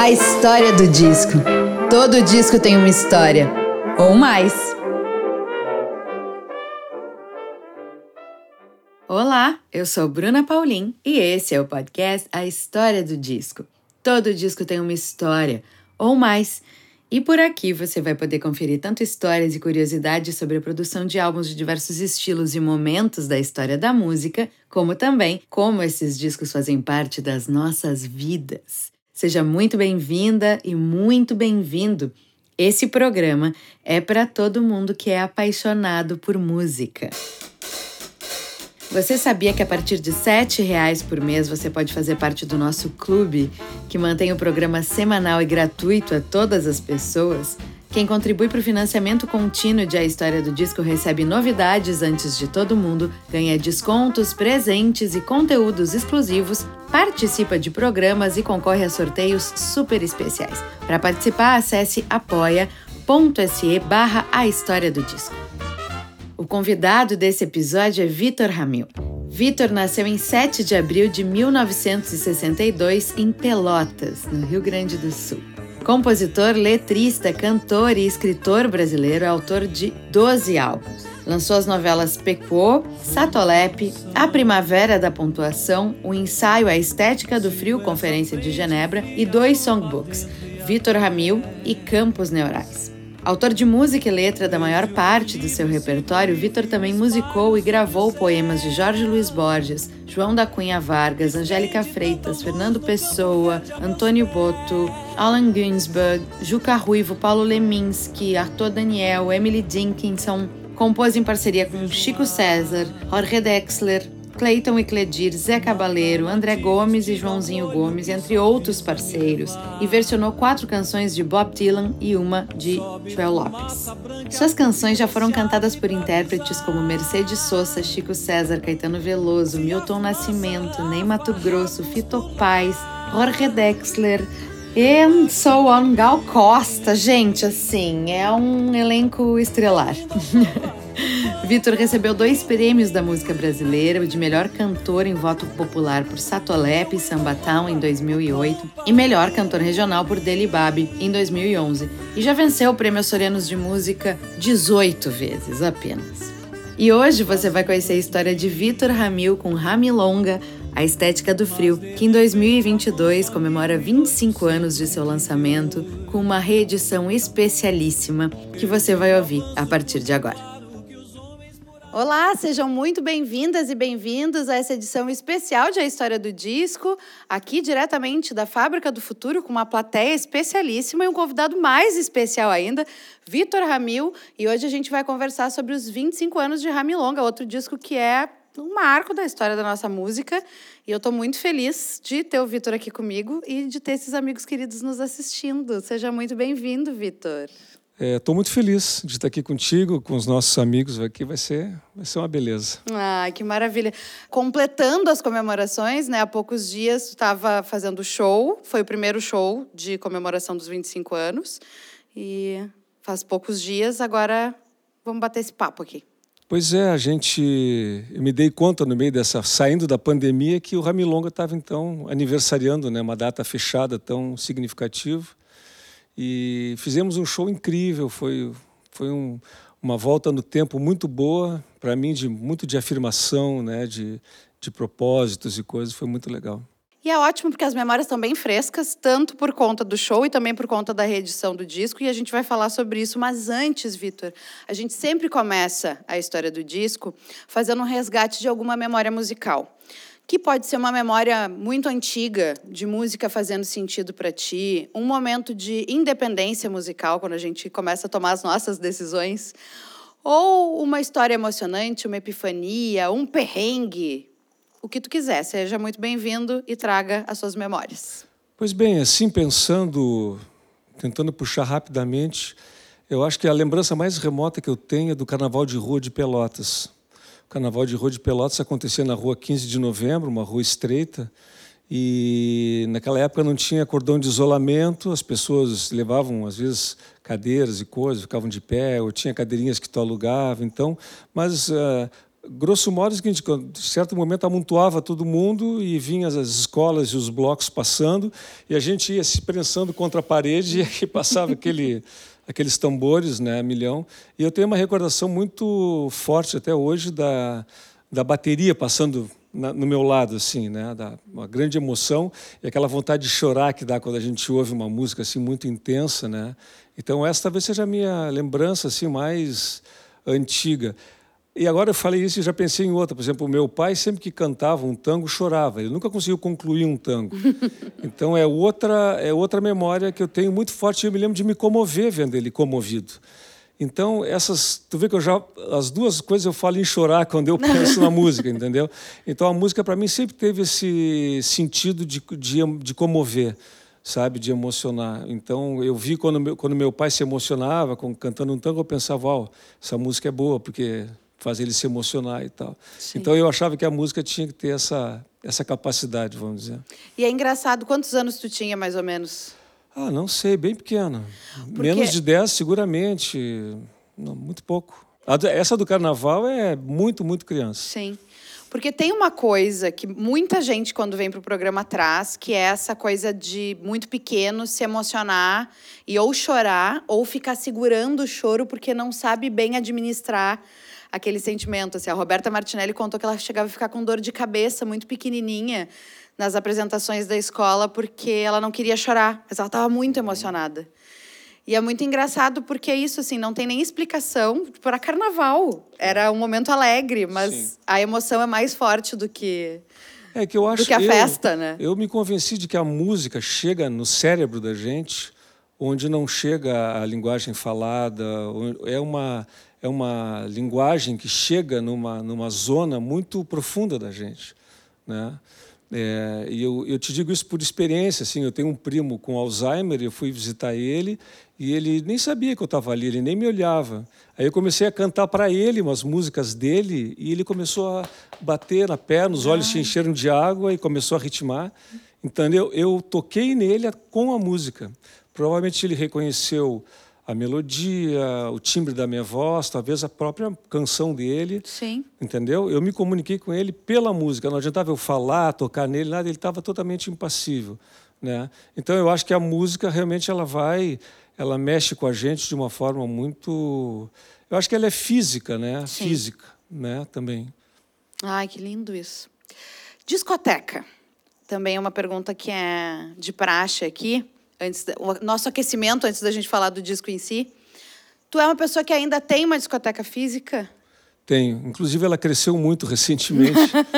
A história do disco. Todo disco tem uma história, ou mais. Olá, eu sou Bruna Paulin e esse é o podcast A História do Disco. Todo disco tem uma história, ou mais. E por aqui você vai poder conferir tanto histórias e curiosidades sobre a produção de álbuns de diversos estilos e momentos da história da música, como também como esses discos fazem parte das nossas vidas. Seja muito bem-vinda e muito bem-vindo. Esse programa é para todo mundo que é apaixonado por música. Você sabia que a partir de R$ 7,00 por mês você pode fazer parte do nosso clube, que mantém o programa semanal e gratuito a todas as pessoas? Quem contribui para o financiamento contínuo de A História do Disco recebe novidades antes de todo mundo, ganha descontos, presentes e conteúdos exclusivos, participa de programas e concorre a sorteios super especiais. Para participar, acesse apoia.se/A História do Disco. O convidado desse episódio é Vitor Ramil. Vitor nasceu em 7 de abril de 1962 em Pelotas, no Rio Grande do Sul. Compositor, letrista, cantor e escritor brasileiro, é autor de 12 álbuns. Lançou as novelas Pequô, Satolep, A Primavera da Pontuação, O Ensaio à Estética do Frio, Conferência de Genebra e 2 songbooks, Vitor Ramil e Campos Neurais. Autor de música e letra da maior parte do seu repertório, Vitor também musicou e gravou poemas de Jorge Luiz Borges, João da Cunha Vargas, Angélica Freitas, Fernando Pessoa, Antônio Boto, Allen Ginsberg, Juca Ruivo, Paulo Leminski, Arthur Daniel, Emily Dickinson. Compôs em parceria com Chico César, Jorge Drexler, Cleiton e Cledir, Zé Cabaleiro, André Gomes e Joãozinho Gomes, entre outros parceiros, e versionou 4 canções de Bob Dylan e uma de Joel Lopes. Suas canções já foram cantadas por intérpretes como Mercedes Sosa, Chico César, Caetano Veloso, Milton Nascimento, Ney Matogrosso, Fito Paz, Jorge Drexler, and so on, Gal Costa. Gente, assim, é um elenco estrelar. Vitor recebeu 2 prêmios da música brasileira, o de melhor cantor em voto popular por Satolep e Sambatown em 2008 e melhor cantor regional por Delibab em 2011. E já venceu o Prêmio Açorianos de Música 18 vezes apenas. E hoje você vai conhecer a história de Vitor Ramil com Ramilonga, A Estética do Frio, que em 2022 comemora 25 anos de seu lançamento com uma reedição especialíssima que você vai ouvir a partir de agora. Olá, sejam muito bem-vindas e bem-vindos a essa edição especial de A História do Disco, aqui diretamente da Fábrica do Futuro, com uma plateia especialíssima e um convidado mais especial ainda, Vitor Ramil, e hoje a gente vai conversar sobre os 25 anos de Ramilonga, outro disco que é um marco da história da nossa música, e eu estou muito feliz de ter o Vitor aqui comigo e de ter esses amigos queridos nos assistindo. Seja muito bem-vindo, Vitor. Estou muito feliz de estar aqui contigo, com os nossos amigos aqui, vai ser uma beleza. Ah, que maravilha. Completando as comemorações, né? Há poucos dias tu estava fazendo show, foi o primeiro show de comemoração dos 25 anos, e faz poucos dias, agora vamos bater esse papo aqui. Pois é, eu me dei conta no meio saindo da pandemia, que o Ramilonga estava então aniversariando, né, uma data fechada tão significativa. E fizemos um show incrível, foi uma volta no tempo muito boa, para mim, muito de afirmação, né, de propósitos e coisas, foi muito legal. E é ótimo porque as memórias estão bem frescas, tanto por conta do show e também por conta da reedição do disco, e a gente vai falar sobre isso. Mas antes, Vitor, a gente sempre começa a história do disco fazendo um resgate de alguma memória musical, que pode ser uma memória muito antiga de música fazendo sentido para ti, um momento de independência musical, quando a gente começa a tomar as nossas decisões, ou uma história emocionante, uma epifania, um perrengue, o que tu quiser. Seja muito bem-vindo e traga as suas memórias. Pois bem, assim tentando puxar rapidamente, eu acho que a lembrança mais remota que eu tenho é do Carnaval de Rua de Pelotas. O Carnaval de Rua de Pelotas acontecia na Rua 15 de Novembro, uma rua estreita, e naquela época não tinha cordão de isolamento, as pessoas levavam, às vezes, cadeiras e coisas, ficavam de pé, ou tinha cadeirinhas que tu alugava, então, mas Grosso modo, é o seguinte, em certo momento amontoava todo mundo e vinha as escolas e os blocos passando e a gente ia se prensando contra a parede e aí passava aqueles tambores, né, a milhão. E eu tenho uma recordação muito forte até hoje da bateria passando no meu lado, assim, né, uma grande emoção e aquela vontade de chorar que dá quando a gente ouve uma música assim muito intensa, né. Então essa talvez seja a minha lembrança assim mais antiga. E agora eu falei isso e já pensei em outra. Por exemplo, o meu pai, sempre que cantava um tango, chorava. Ele nunca conseguiu concluir um tango. Então, é outra memória que eu tenho muito forte. Eu me lembro de me comover vendo ele comovido. Então, tu vê que as duas coisas eu falo em chorar quando eu penso na música, entendeu? Então, a música, para mim, sempre teve esse sentido de comover, sabe, de emocionar. Então, eu vi quando meu pai se emocionava cantando um tango, eu pensava, essa música é boa, porque faz ele se emocionar e tal. Sim. Então, eu achava que a música tinha que ter essa capacidade, vamos dizer. E é engraçado, quantos anos tu tinha, mais ou menos? Não sei, bem pequena. Menos de 10, seguramente. Não, muito pouco. Essa do carnaval é muito, muito criança. Sim. Porque tem uma coisa que muita gente, quando vem para o programa, traz, que é essa coisa de muito pequeno se emocionar e ou chorar ou ficar segurando o choro porque não sabe bem administrar aquele sentimento. Assim, a Roberta Martinelli contou que ela chegava a ficar com dor de cabeça muito pequenininha nas apresentações da escola porque ela não queria chorar, mas ela estava muito emocionada. E é muito engraçado porque é isso, assim, não tem nem explicação para carnaval. Era um momento alegre, mas sim, a emoção é mais forte do que a festa, né? Eu me convenci de que a música chega no cérebro da gente onde não chega a linguagem falada. É uma linguagem que chega numa zona muito profunda da gente, né? E eu te digo isso por experiência. Assim, eu tenho um primo com Alzheimer, eu fui visitar ele e ele nem sabia que eu estava ali, ele nem me olhava. Aí eu comecei a cantar para ele umas músicas dele e ele começou a bater na perna, os olhos se encheram de água e começou a ritmar. Então eu toquei nele com a música. Provavelmente ele reconheceu a melodia, o timbre da minha voz, talvez a própria canção dele. Sim. Entendeu? Eu me comuniquei com ele pela música. Não adiantava eu falar, tocar nele, nada. Ele estava totalmente impassível, né? Então, eu acho que a música realmente ela mexe com a gente de uma forma muito... Eu acho que ela é física, né? Sim. Física, né? Também. Ai, que lindo isso. Discoteca. Também é uma pergunta que é de praxe aqui. O nosso aquecimento, antes da gente falar do disco em si. Tu é uma pessoa que ainda tem uma discoteca física? Tenho. Inclusive, ela cresceu muito recentemente,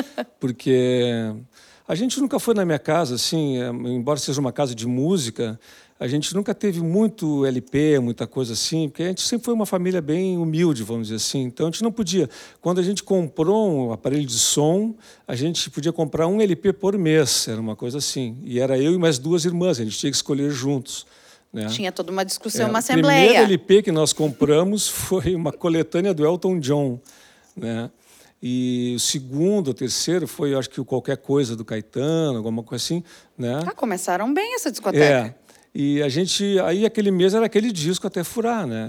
porque a gente nunca foi na minha casa, assim, embora seja uma casa de música, a gente nunca teve muito LP, muita coisa assim, porque a gente sempre foi uma família bem humilde, vamos dizer assim. Então, a gente não podia... Quando a gente comprou um aparelho de som, a gente podia comprar um LP por mês, era uma coisa assim. E era eu e mais 2 irmãs, a gente tinha que escolher juntos, né? Tinha toda uma discussão, uma assembleia. O primeiro LP que nós compramos foi uma coletânea do Elton John, né? E o segundo, o terceiro foi, eu acho que o Qualquer Coisa do Caetano, alguma coisa assim, né? Começaram bem essa discoteca. E a gente, aí aquele mês era aquele disco até furar, né?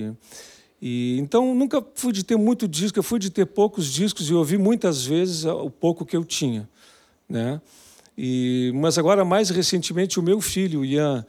Então nunca fui de ter muito disco, eu fui de ter poucos discos e ouvi muitas vezes o pouco que eu tinha, né? Mas agora mais recentemente o meu filho, o Ian,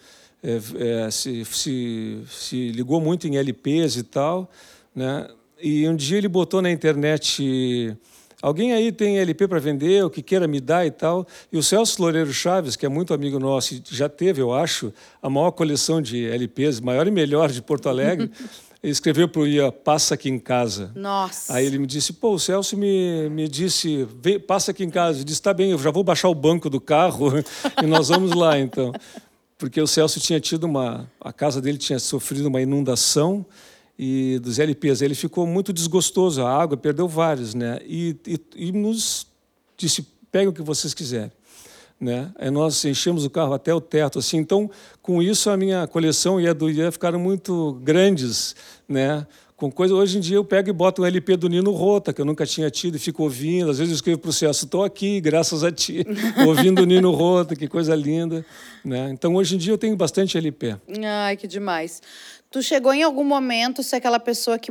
se ligou muito em LPs e tal, né? E um dia ele botou na internet: alguém aí tem LP para vender, o que queira me dar e tal. E o Celso Loureiro Chaves, que é muito amigo nosso, já teve, eu acho, a maior coleção de LPs, maior e melhor de Porto Alegre, ele escreveu para o Ian: passa aqui em casa. Nossa! Aí ele me disse: o Celso me disse, passa aqui em casa. Eu disse: tá bem, eu já vou baixar o banco do carro e nós vamos lá, então. Porque o Celso tinha tido a casa dele tinha sofrido uma inundação e dos LPs. Ele ficou muito desgostoso, a água, perdeu vários, né? E nos disse: pegue o que vocês quiserem, né? Aí nós enchemos o carro até o teto, assim. Então, com isso, a minha coleção e a do Ian ficaram muito grandes, né? Com coisa, hoje em dia eu pego e boto um LP do Nino Rota, que eu nunca tinha tido, e fico ouvindo. Às vezes eu escrevo para o Celso: estou aqui, graças a ti, ouvindo o Nino Rota, que coisa linda, né? Então, hoje em dia eu tenho bastante LP. Ai, que demais. Tu chegou em algum momento ser aquela pessoa que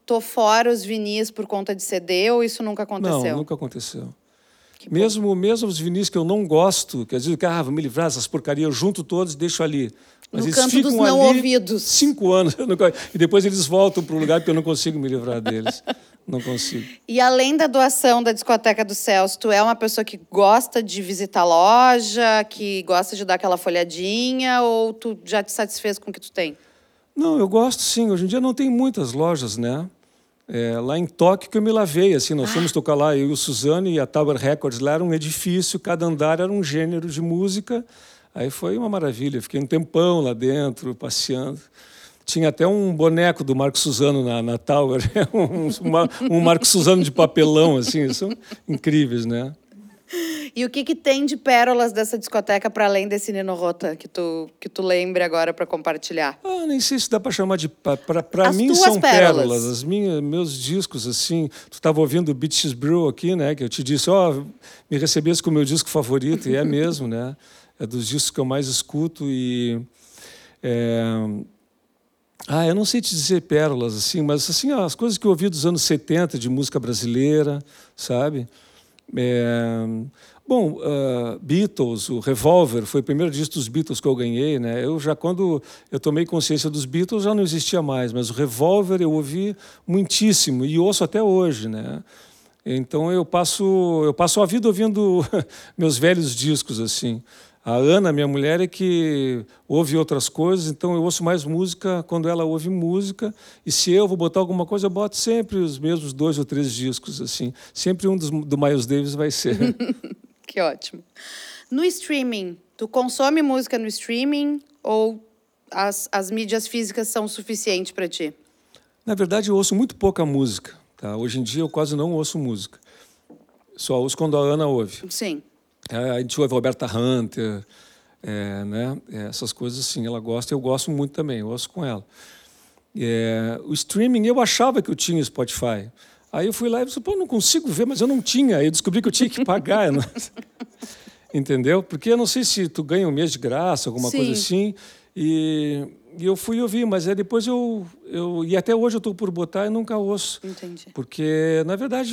botou fora os vinis por conta de CD ou isso nunca aconteceu? Não, nunca aconteceu. Mesmo os vinis que eu não gosto, quer dizer, vou me livrar dessas porcarias, eu junto todos e deixo ali. Mas no eles canto ficam dos não ali ouvidos. 5 anos. E depois eles voltam para o lugar porque eu não consigo me livrar deles. Não consigo. E além da doação da Discoteca do Celso, tu é uma pessoa que gosta de visitar loja, que gosta de dar aquela folhadinha, ou tu já te satisfez com o que tu tem? Não, eu gosto sim. Hoje em dia não tem muitas lojas, né? Lá em Tóquio que eu me lavei, assim, nós fomos tocar lá, eu e o Suzano, e a Tower Records lá era um edifício, cada andar era um gênero de música. Aí foi uma maravilha, fiquei um tempão lá dentro, passeando. Tinha até um boneco do Marco Suzano na Tower, um Marco Suzano de papelão, assim, são incríveis, né? E o que tem de pérolas dessa discoteca para além desse Nino Rota que tu lembre agora para compartilhar? Nem sei se dá para chamar de... Para mim são pérolas. Meus discos, assim... Tu estava ouvindo o Beaches Brew aqui, né? Que eu te disse, me recebesse com o meu disco favorito, e é mesmo, né? É dos discos que eu mais escuto e... eu não sei te dizer pérolas, assim, mas assim, as coisas que eu ouvi dos anos 70 de música brasileira, sabe? Beatles, o Revolver, foi o primeiro disco dos Beatles que eu ganhei, né? Quando eu tomei consciência dos Beatles, já não existia mais, mas o Revolver eu ouvi muitíssimo e ouço até hoje, né? Então eu passo a vida ouvindo meus velhos discos, assim. A Ana, minha mulher, é que ouve outras coisas, então eu ouço mais música quando ela ouve música, e se eu vou botar alguma coisa, eu boto sempre os mesmos 2 ou 3 discos, assim. Sempre um do Miles Davis vai ser. Que ótimo. No streaming, tu consome música no streaming ou as mídias físicas são suficientes para ti? Na verdade, eu ouço muito pouca música. Tá? Hoje em dia, eu quase não ouço música. Só ouço quando a Ana ouve. Sim. A gente ouve Roberta Hunter, né? Essas coisas assim, ela gosta, eu gosto muito também, eu ouço com ela. O streaming, eu achava que eu tinha Spotify. Aí eu fui lá e disse, não consigo ver, mas eu não tinha. Aí eu descobri que eu tinha que pagar. Entendeu? Porque eu não sei se tu ganha um mês de graça, alguma Sim. coisa assim. E eu fui ouvir, mas depois e até hoje eu estou por botar e nunca ouço. Entendi. Porque, na verdade,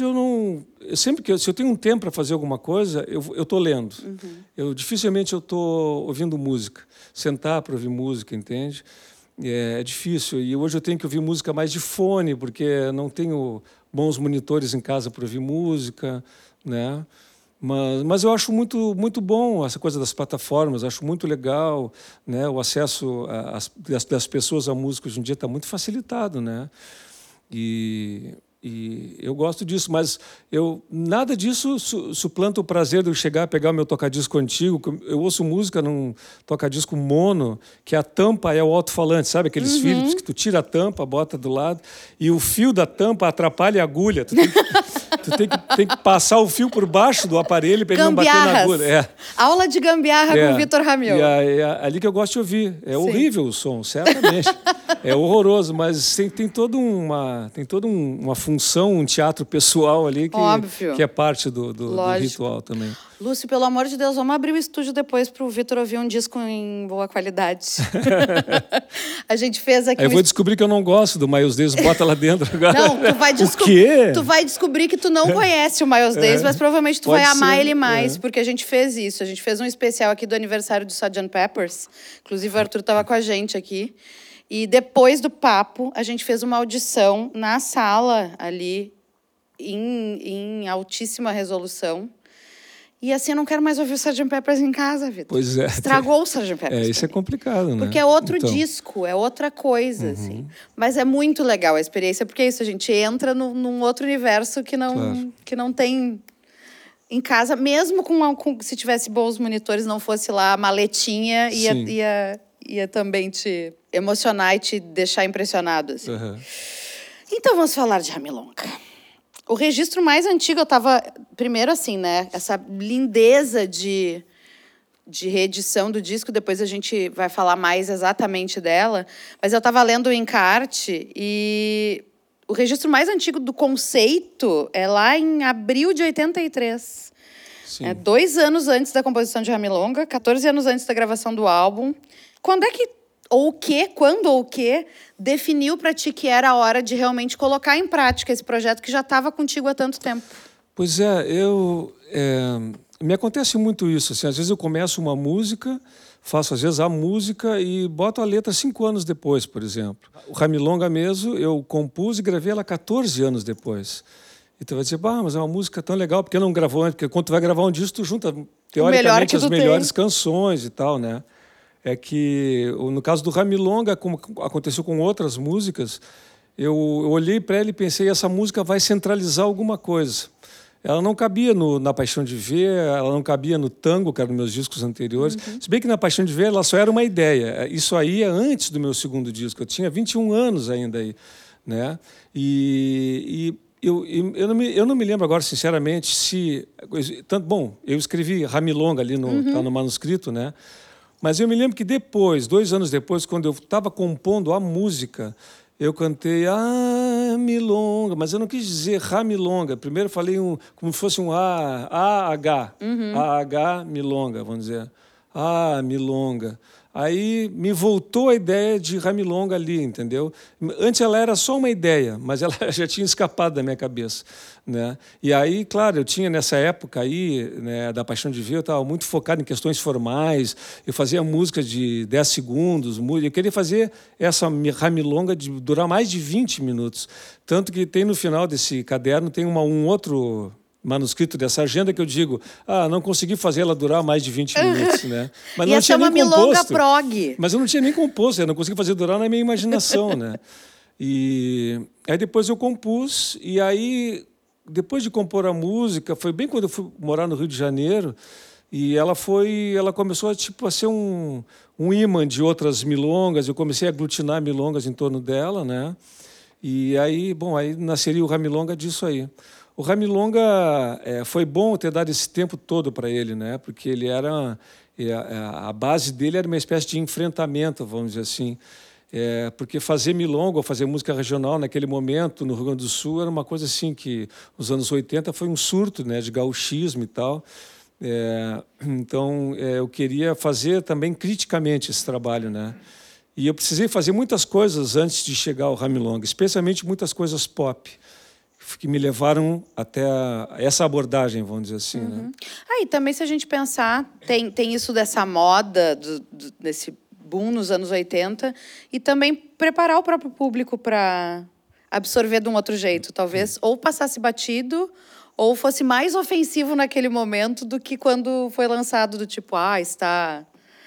se eu tenho um tempo para fazer alguma coisa, eu estou lendo. Uhum. Dificilmente eu estou ouvindo música. Sentar para ouvir música, entende? É difícil. E hoje eu tenho que ouvir música mais de fone, porque não tenho bons monitores em casa para ouvir música, né? Mas eu acho muito, muito bom essa coisa das plataformas, acho muito legal, né? O acesso das pessoas à música hoje em dia está muito facilitado, né? E eu gosto disso, mas nada disso suplanta o prazer de eu chegar, pegar o meu tocadisco antigo. Eu ouço música num tocadisco mono, que a tampa é o alto-falante, sabe? Aqueles Philips que tu tira a tampa, bota do lado, e o fio da tampa atrapalha a agulha. Tu tem que passar o fio por baixo do aparelho para ele não bater na agulha. Aula de gambiarra com o Vitor Ramil. É ali que eu gosto de ouvir. É Sim. horrível o som, certamente. É horroroso, mas tem toda uma função, um teatro pessoal ali que é parte do ritual também. Lúcio, pelo amor de Deus, vamos abrir o estúdio depois para o Vitor ouvir um disco em boa qualidade. A gente fez aqui... Eu vou descobrir que eu não gosto do Miles Davis, bota lá dentro agora. Não, O quê? Tu vai descobrir que tu não conhece o Miles Davis, mas provavelmente tu vai amar ele mais, porque a gente fez isso. A gente fez um especial aqui do aniversário do Sgt. Peppers. Inclusive, o Arthur estava com a gente aqui. E depois do papo, a gente fez uma audição na sala ali, em altíssima resolução. E assim, eu não quero mais ouvir o Sgt. Peppers em casa, Vitor. Pois é. Estragou o Sgt. Peppers. Isso é complicado, né? Porque é outro disco, é outra coisa, assim. Mas é muito legal a experiência, porque é isso, a gente entra num outro universo que não tem em casa. Mesmo se tivesse bons monitores, não fosse lá a maletinha, ia também te emocionar e te deixar impressionado, assim. Então, vamos falar de Ramilonga. O registro mais antigo, eu estava... Primeiro, assim, né? Essa lindeza de reedição do disco, depois a gente vai falar mais exatamente dela. Mas eu estava lendo o encarte e o registro mais antigo do conceito é lá em abril de 83. Sim. 2 anos antes da composição de Ramilonga, 14 anos antes da gravação do álbum. Quando é que ou o que, quando ou o que, definiu para ti que era a hora de realmente colocar em prática esse projeto que já estava contigo há tanto tempo? Pois é, me acontece muito isso. Assim, às vezes eu começo uma música, faço às vezes a música e boto a letra 5 anos depois, por exemplo. O Ramilonga mesmo, eu compus e gravei ela 14 anos depois. E tu vai dizer, mas é uma música tão legal, porque não gravou antes? Porque quando tu vai gravar um disco, tu junta, teoricamente, as melhores canções e tal, né? É que, no caso do Ramilonga, como aconteceu com outras músicas, eu olhei para ela e pensei, essa música vai centralizar alguma coisa. Ela não cabia na Paixão de Ver, ela não cabia no Tango, que era nos meus discos anteriores. Se bem que na Paixão de Ver ela só era uma ideia. Isso aí é antes do meu segundo disco. Eu tinha 21 anos ainda aí, né? Eu não me lembro agora, sinceramente, se... Bom, eu escrevi Ramilonga ali, tá no manuscrito, né? Mas eu me lembro que depois, 2 anos depois, quando eu estava compondo a música, eu cantei milonga, mas eu não quis dizer Ramilonga. Primeiro eu falei como se fosse um A-H. A-H, milonga, vamos dizer. Milonga. Aí me voltou a ideia de Ramilonga ali, entendeu? Antes ela era só uma ideia, mas ela já tinha escapado da minha cabeça, né? E aí, claro, eu tinha nessa época aí, né, da Paixão de Ver, eu estava muito focado em questões formais, eu fazia música de 10 segundos, eu queria fazer essa Ramilonga de durar mais de 20 minutos. Tanto que tem no final desse caderno, tem um outro manuscrito dessa agenda que eu digo, não consegui fazer ela durar mais de 20 minutos, né? Mas não tinha nem composto. Prog. Mas eu não tinha nem composto, eu não consegui fazer durar na minha imaginação, né? E aí depois eu compus, e aí, depois de compor a música, foi bem quando eu fui morar no Rio de Janeiro, e ela começou a ser um imã de outras milongas, eu comecei a aglutinar milongas em torno dela, né? E aí, aí nasceria o Ramilonga disso aí. O Ramilonga foi bom ter dado esse tempo todo para ele, né? Porque ele era a base dele era uma espécie de enfrentamento, vamos dizer assim, porque fazer milonga ou fazer música regional naquele momento no Rio Grande do Sul era uma coisa assim que nos anos 80 foi um surto, né, de gauchismo e tal. Então eu queria fazer também criticamente esse trabalho, né? E eu precisei fazer muitas coisas antes de chegar ao Ramilonga, especialmente muitas coisas pop, que me levaram até essa abordagem, vamos dizer assim. Né? E também, se a gente pensar, tem isso dessa moda, desse boom nos anos 80, e também preparar o próprio público para absorver de um outro jeito. Talvez ou passasse batido, ou fosse mais ofensivo naquele momento do que quando foi lançado, do tipo, está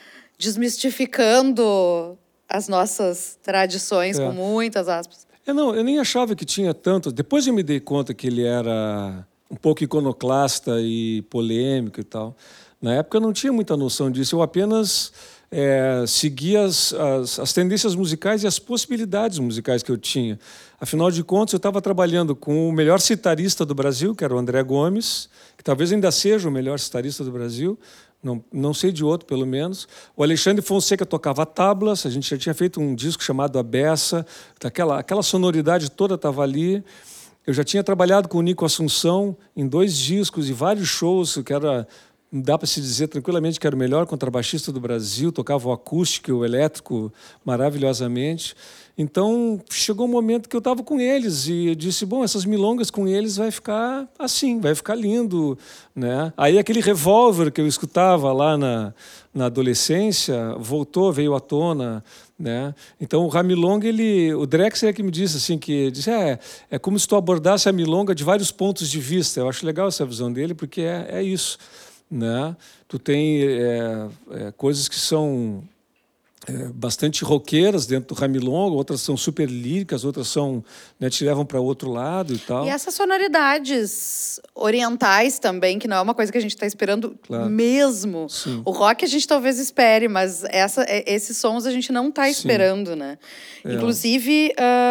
desmistificando as nossas tradições, com muitas aspas. Eu nem achava que tinha tanto. Depois eu me dei conta que ele era um pouco iconoclasta e polêmico e tal. Na época eu não tinha muita noção disso. Eu apenas seguia as tendências musicais e as possibilidades musicais que eu tinha. Afinal de contas, eu estava trabalhando com o melhor citarista do Brasil, que era o André Gomes, que talvez ainda seja o melhor citarista do Brasil. Não sei de outro, pelo menos. O Alexandre Fonseca tocava tablas, a gente já tinha feito um disco chamado A Beça, aquela sonoridade toda estava ali. Eu já tinha trabalhado com o Nico Assunção em 2 discos e vários shows, dá para se dizer tranquilamente que era o melhor contrabaixista do Brasil, tocava o acústico e o elétrico maravilhosamente. Então, chegou um momento que eu estava com eles e eu disse, essas milongas com eles vai ficar assim, vai ficar lindo, né? Aí aquele revólver que eu escutava lá na adolescência veio à tona, né? Então, o Ramilonga, o Drexler que me disse assim, é como se tu abordasse a milonga de vários pontos de vista. Eu acho legal essa visão dele, porque é isso, né? Tu tem coisas que são bastante roqueiras dentro do Ramilonga, outras são super líricas, outras são, né, te levam para outro lado e tal. E essas sonoridades orientais também, que não é uma coisa que a gente está esperando mesmo. Sim. O rock a gente talvez espere, mas esses sons a gente não está esperando, né? Inclusive,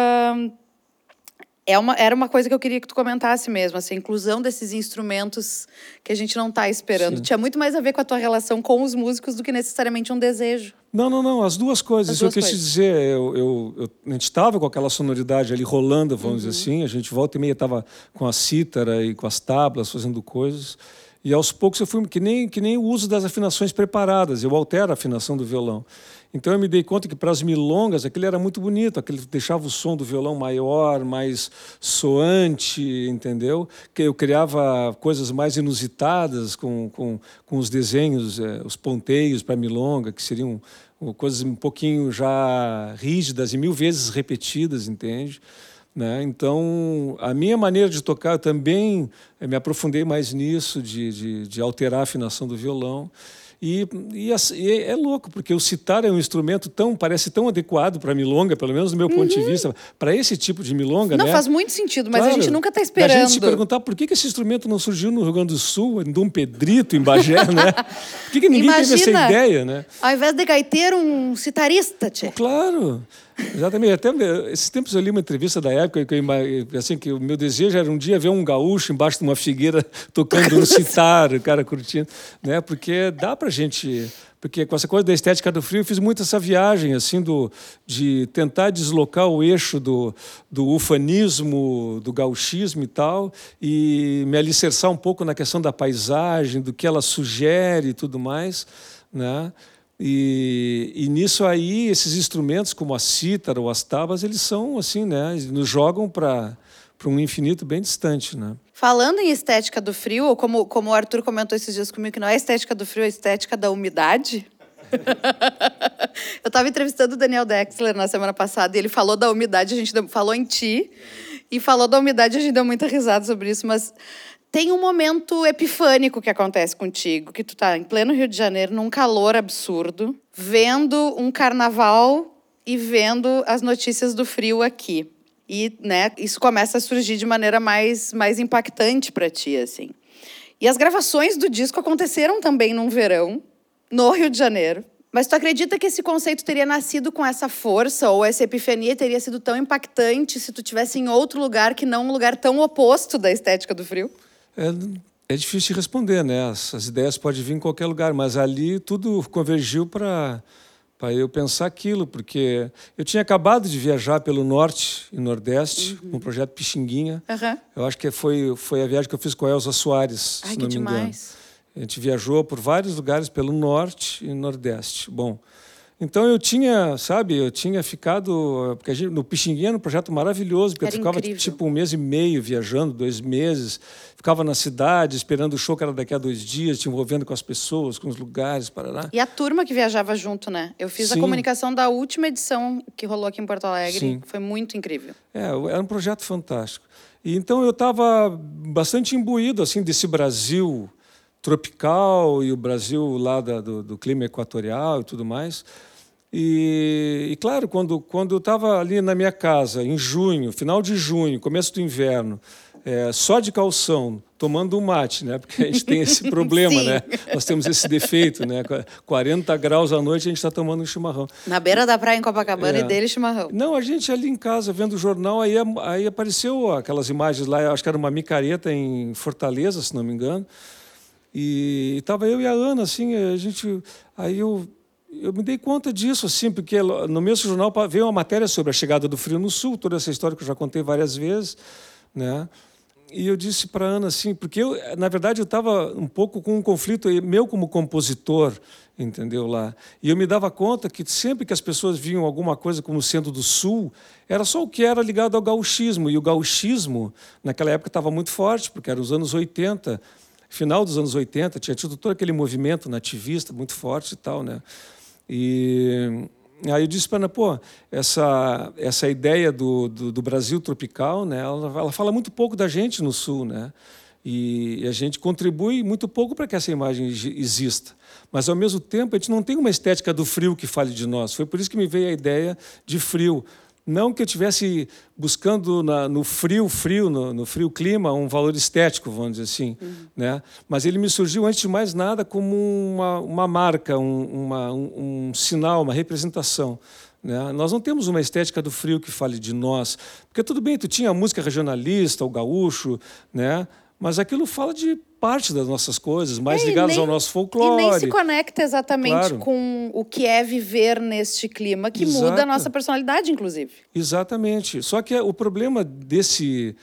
era uma coisa que eu queria que tu comentasse mesmo, assim, a inclusão desses instrumentos que a gente não está esperando. Sim. Tinha muito mais a ver com a tua relação com os músicos do que necessariamente um desejo. Não, as duas coisas. Isso eu quis te dizer. A gente estava com aquela sonoridade ali rolando, vamos dizer assim. A gente volta e meia estava com a cítara e com as tablas, fazendo coisas. E aos poucos eu fui que nem o uso das afinações preparadas, eu altero a afinação do violão. Então eu me dei conta que para as milongas aquele era muito bonito, aquele deixava o som do violão maior, mais soante, entendeu? Que eu criava coisas mais inusitadas com os desenhos, os ponteios para milonga, que seriam coisas um pouquinho já rígidas e 1000 vezes repetidas, entende? Né? Então, a minha maneira de tocar, eu também me aprofundei mais nisso, de alterar a afinação do violão. E é louco, porque o sitar é um instrumento parece tão adequado para milonga, pelo menos do meu ponto de vista, para esse tipo de milonga. Não, né? faz muito sentido, mas claro, a gente nunca está esperando. A gente se perguntar por que esse instrumento não surgiu no Rio Grande do Sul, em Dom Pedrito, em Bagé, né? Por que ninguém teve essa ideia, né? Ao invés de gaiteiro, um citarista, tchê. Claro. Exatamente. Até esses tempos eu li uma entrevista da época que o meu desejo era um dia ver um gaúcho embaixo de uma figueira tocando um sitar, o cara curtindo, né? Porque dá pra gente, porque com essa coisa da estética do frio eu fiz muito essa viagem assim de tentar deslocar o eixo do ufanismo, do gauchismo e tal, e me alicerçar um pouco na questão da paisagem, do que ela sugere e tudo mais, né? E nisso aí, esses instrumentos como a cítara ou as tabas, eles são assim, né? Eles nos jogam para um infinito bem distante, né? Falando em estética do frio, ou como o Arthur comentou esses dias comigo, que não é a estética do frio, é a estética da umidade. Eu estava entrevistando o Daniel Dexler na semana passada e ele falou da umidade, a gente falou em ti, e falou da umidade, a gente deu muita risada sobre isso, mas tem um momento epifânico que acontece contigo, que tu tá em pleno Rio de Janeiro, num calor absurdo, vendo um carnaval e vendo as notícias do frio aqui. E, né, isso começa a surgir de maneira mais impactante para ti, assim. E as gravações do disco aconteceram também num verão, no Rio de Janeiro. Mas tu acredita que esse conceito teria nascido com essa força, ou essa epifania teria sido tão impactante se tu tivesse em outro lugar que não um lugar tão oposto da estética do frio? É difícil de responder, né? As ideias podem vir em qualquer lugar, mas ali tudo convergiu para eu pensar aquilo, porque eu tinha acabado de viajar pelo Norte e Nordeste, com o projeto Pixinguinha. Eu acho que foi a viagem que eu fiz com a Elza Soares, se não me engano. A gente viajou por vários lugares pelo Norte e Nordeste. Bom, então eu tinha ficado, porque no Pixinguinha era um projeto maravilhoso, porque eu ficava tipo 1 mês e meio viajando, 2 meses, ficava na cidade, esperando o show que era daqui a 2 dias, te envolvendo com as pessoas, com os lugares, parará. E a turma que viajava junto, né? Eu fiz a comunicação da última edição que rolou aqui em Porto Alegre, Sim. Foi muito incrível. Era um projeto fantástico. E então eu estava bastante imbuído assim, desse Brasil tropical e o Brasil lá do clima equatorial e tudo mais. E claro, quando eu estava ali na minha casa, em junho, final de junho, começo do inverno, só de calção, tomando um mate, né? Porque a gente tem esse problema, né? Nós temos esse defeito, né? 40 graus à noite a gente está tomando um chimarrão. Na beira da praia em Copacabana e dele chimarrão. Não, a gente ali em casa vendo o jornal, aí apareceu aquelas imagens lá, acho que era uma micareta em Fortaleza, se não me engano. E estava eu e a Ana, assim, aí eu me dei conta disso, assim, porque no mesmo jornal veio uma matéria sobre a chegada do frio no Sul, toda essa história que eu já contei várias vezes, né? E eu disse para a Ana, assim, porque na verdade eu estava um pouco com um conflito meu como compositor, entendeu, lá. E eu me dava conta que sempre que as pessoas viam alguma coisa como sendo do Sul, era só o que era ligado ao gauchismo. E o gauchismo, naquela época, estava muito forte, porque eram os anos 80, final dos anos 80, tinha tido todo aquele movimento nativista muito forte e tal, né? E aí eu disse para Ana, pô, essa ideia do Brasil tropical, né? Ela fala muito pouco da gente no Sul, né? E a gente contribui muito pouco para que essa imagem exista. Mas, ao mesmo tempo, a gente não tem uma estética do frio que fale de nós. Foi por isso que me veio a ideia de frio. Não que eu estivesse buscando no frio clima, um valor estético, vamos dizer assim, né? Mas ele me surgiu, antes de mais nada, como uma marca, um sinal, uma representação, né? Nós não temos uma estética do frio que fale de nós, porque tudo bem, tu tinha a música regionalista, o gaúcho, né? Mas aquilo fala de parte das nossas coisas, mais ligadas ao nosso folclore. E nem se conecta exatamente com o que é viver neste clima, que muda a nossa personalidade, inclusive. Exatamente. Só que o problema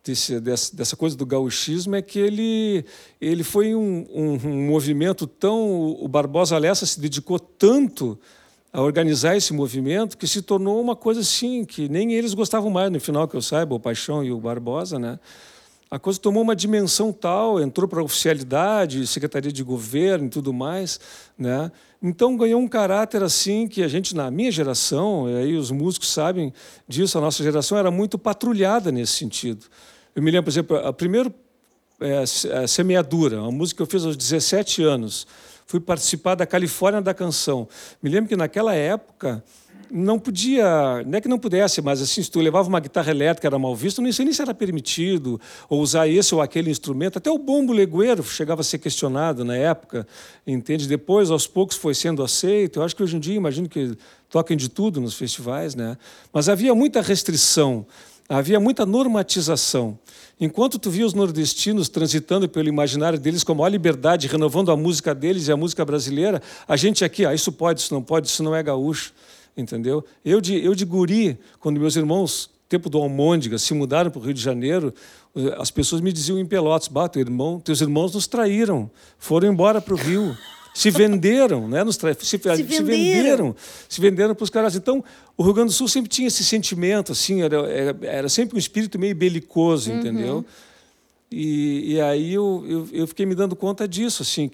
dessa coisa do gauchismo é que ele foi um movimento tão... O Barbosa Lessa se dedicou tanto a organizar esse movimento que se tornou uma coisa assim, que nem eles gostavam mais, no final, que eu saiba, o Paixão e o Barbosa, né? A coisa tomou uma dimensão tal, entrou para a oficialidade, secretaria de governo e tudo mais, né? Então ganhou um caráter assim que a gente, na minha geração, e aí os músicos sabem disso, a nossa geração era muito patrulhada nesse sentido. Eu me lembro, por exemplo, a primeira Semeadura, uma música que eu fiz aos 17 anos. Fui participar da Califórnia da Canção. Me lembro que naquela época não podia, não é que não pudesse, mas assim, se tu levava uma guitarra elétrica era mal visto, não sei nem se era permitido, ou usar esse ou aquele instrumento. Até o bombo legueiro chegava a ser questionado na época, entende? Depois, aos poucos, foi sendo aceito. Eu acho que hoje em dia, imagino que toquem de tudo nos festivais, né? Mas havia muita restrição, havia muita normatização. Enquanto tu via os nordestinos transitando pelo imaginário deles com a maior liberdade, renovando a música deles e a música brasileira, a gente aqui, isso pode, isso não pode, isso não é gaúcho, entendeu? Eu de guri, quando meus irmãos, tempo do Almôndega, se mudaram para o Rio de Janeiro, as pessoas me diziam em Pelotas, teus irmãos nos traíram, foram embora para o Rio. Se venderam, né? Se venderam para os caras. Então, o Rio Grande do Sul sempre tinha esse sentimento, assim, era sempre um espírito meio belicoso, entendeu? E aí eu fiquei me dando conta disso, assim,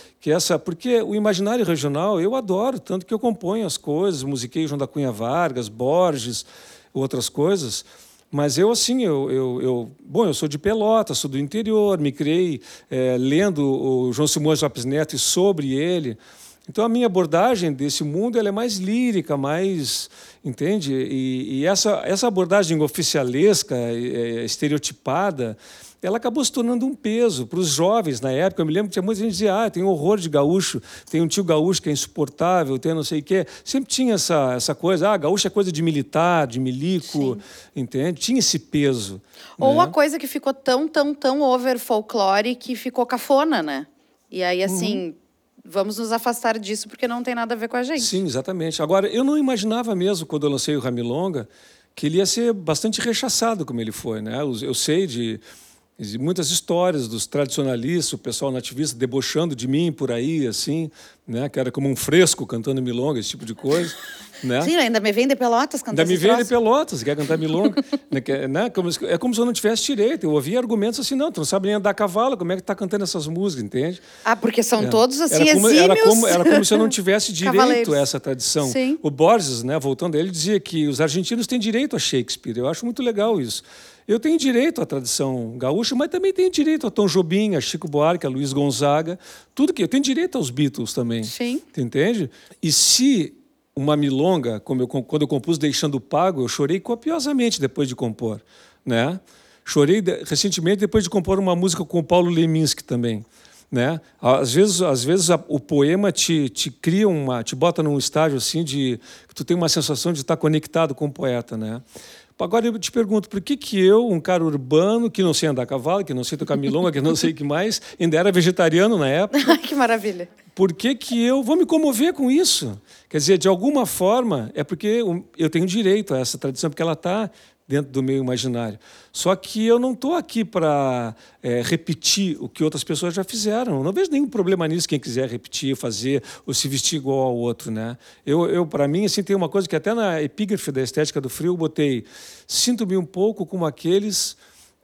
porque o imaginário regional eu adoro, tanto que eu componho as coisas, musiquei João da Cunha Vargas, Borges, outras coisas. Mas eu, assim, eu sou de Pelotas, sou do interior, me criei lendo o João Simões Lopes Neto e sobre ele. Então, a minha abordagem desse mundo ela é mais lírica, mais... Entende? E essa abordagem oficialesca, estereotipada, ela acabou se tornando um peso para os jovens na época. Eu me lembro que tinha muita gente que dizia, tem horror de gaúcho, tem um tio gaúcho que é insuportável, tem não sei o quê. Sempre tinha essa coisa, gaúcho é coisa de militar, de milico, entende? Tinha esse peso. Ou né? a coisa que ficou tão over folclore que ficou cafona, né? E aí, assim... Vamos nos afastar disso porque não tem nada a ver com a gente. Sim, exatamente. Agora, eu não imaginava mesmo, quando eu lancei o Ramilonga, que ele ia ser bastante rechaçado como ele foi, né? Eu sei de muitas histórias dos tradicionalistas, o pessoal nativista debochando de mim por aí, assim, né? Que era como um fresco cantando milonga, esse tipo de coisa. Né? Sim, ainda me vem de Pelotas cantando. Ainda me vem de Pelotas, quer cantar milonga. Né? É como se eu não tivesse direito. Eu ouvia argumentos assim, não, tu não sabe nem andar a cavalo, como é que tá cantando essas músicas, entende? Porque são todos assim exímios. Era como se eu não tivesse direito a essa tradição. Sim. O Borges, né, voltando a ele, dizia que os argentinos têm direito a Shakespeare. Eu acho muito legal isso. Eu tenho direito à tradição gaúcha, mas também tenho direito a Tom Jobim, a Chico Buarque, a Luiz Gonzaga, tudo que eu tenho direito aos Beatles também. Sim. Tu entende? E se uma milonga, quando eu compus Deixando o Pago, eu chorei copiosamente depois de compor, né? Chorei recentemente depois de compor uma música com o Paulo Leminski também, né? Às vezes o poema te cria te bota num estágio assim que tu tem uma sensação de estar conectado com o poeta, né? Agora eu te pergunto, por que eu, um cara urbano, que não sei andar a cavalo, que não sei tocar milonga, que não sei o que mais, ainda era vegetariano na época... Ai, que maravilha! Por que eu vou me comover com isso? Quer dizer, de alguma forma, é porque eu tenho direito a essa tradição, porque ela está dentro do meu imaginário. Só que eu não estou aqui para repetir o que outras pessoas já fizeram. Eu não vejo nenhum problema nisso, quem quiser repetir, fazer, ou se vestir igual ao outro, né? Para mim, assim, tem uma coisa que até na epígrafe da Estética do Frio eu botei: sinto-me um pouco como aqueles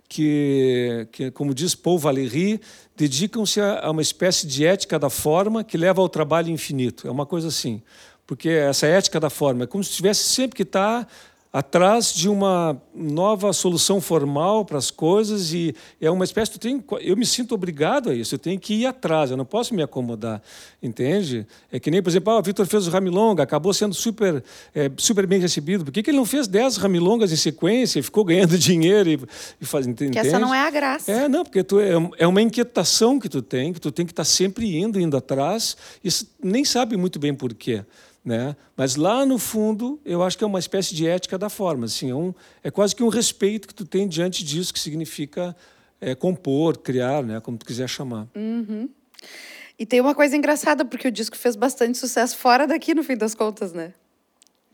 que, como diz Paul Valéry, dedicam-se a uma espécie de ética da forma que leva ao trabalho infinito. É uma coisa assim. Porque essa ética da forma é como se tivesse sempre que estar atrás de uma nova solução formal para as coisas, e é uma espécie... Eu me sinto obrigado a isso, eu tenho que ir atrás, eu não posso me acomodar, entende? É que nem, por exemplo, o Vitor fez o Ramilonga, acabou sendo super bem recebido. Por que ele não fez 10 Ramilongas em sequência e ficou ganhando dinheiro e faz, entende? Que essa não é a graça. Não, porque é uma inquietação que tu tem que estar sempre indo atrás, e nem sabe muito bem por quê. Né? Mas lá no fundo eu acho que é uma espécie de ética da forma, assim, é quase que um respeito que tu tem diante disso, que significa compor, criar, né? Como tu quiser chamar. Uhum. E tem uma coisa engraçada, porque o disco fez bastante sucesso fora daqui, no fim das contas, né?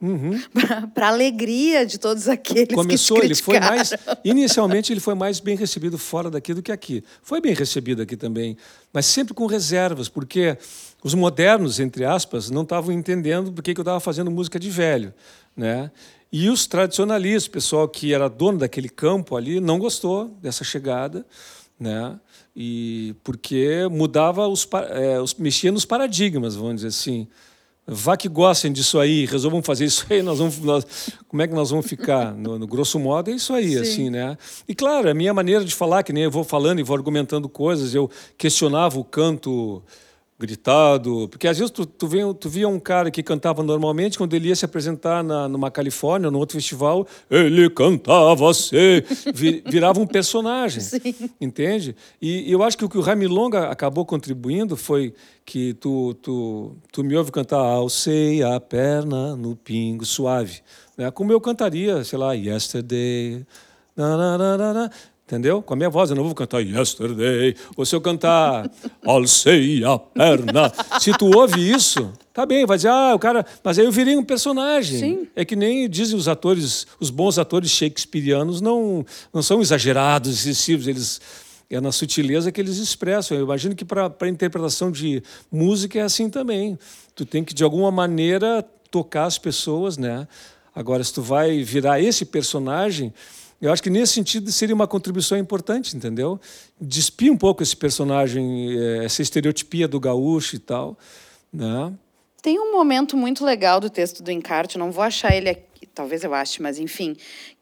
Para alegria de todos aqueles Começou, que ele foi mais... criticaram. Inicialmente, ele foi mais bem recebido fora daqui do que aqui. Foi bem recebido aqui também, mas sempre com reservas, porque os modernos, entre aspas, não estavam entendendo por que eu estava fazendo música de velho, né? E os tradicionalistas, o pessoal que era dono daquele campo ali, não gostou dessa chegada, né? E porque mudava mexia nos paradigmas, vamos dizer assim. Vá que gostem disso aí, resolvam fazer isso aí, como é que nós vamos ficar? No grosso modo, é isso aí, Sim. assim, né? E, claro, a minha maneira de falar, que nem eu vou falando e vou argumentando coisas, eu questionava o canto gritado, porque às vezes tu via um cara que cantava normalmente, quando ele ia se apresentar numa Califórnia, num outro festival, ele cantava assim, virava um personagem, Sim. entende? E eu acho que o que o Ramilonga acabou contribuindo foi que tu me ouve cantar Alcei a perna no pingo suave, né? Como eu cantaria, sei lá, Yesterday, na, na, na, na, na. Entendeu? Com a minha voz, eu não vou cantar Yesterday. Ou se eu cantar Alcei a perna. Se tu ouve isso, tá bem, vai dizer, o cara... Mas aí eu virei um personagem. Sim. É que nem dizem os atores, os bons atores shakespearianos não são exagerados, excessivos, eles... É na sutileza que eles expressam. Eu imagino que para a interpretação de música é assim também. Tu tem que, de alguma maneira, tocar as pessoas, né? Agora, se tu vai virar esse personagem... Eu acho que, nesse sentido, seria uma contribuição importante, entendeu? Despir um pouco esse personagem, essa estereotipia do gaúcho e tal, né? Tem um momento muito legal do texto do Encarte, não vou achar ele aqui, talvez eu ache, mas enfim,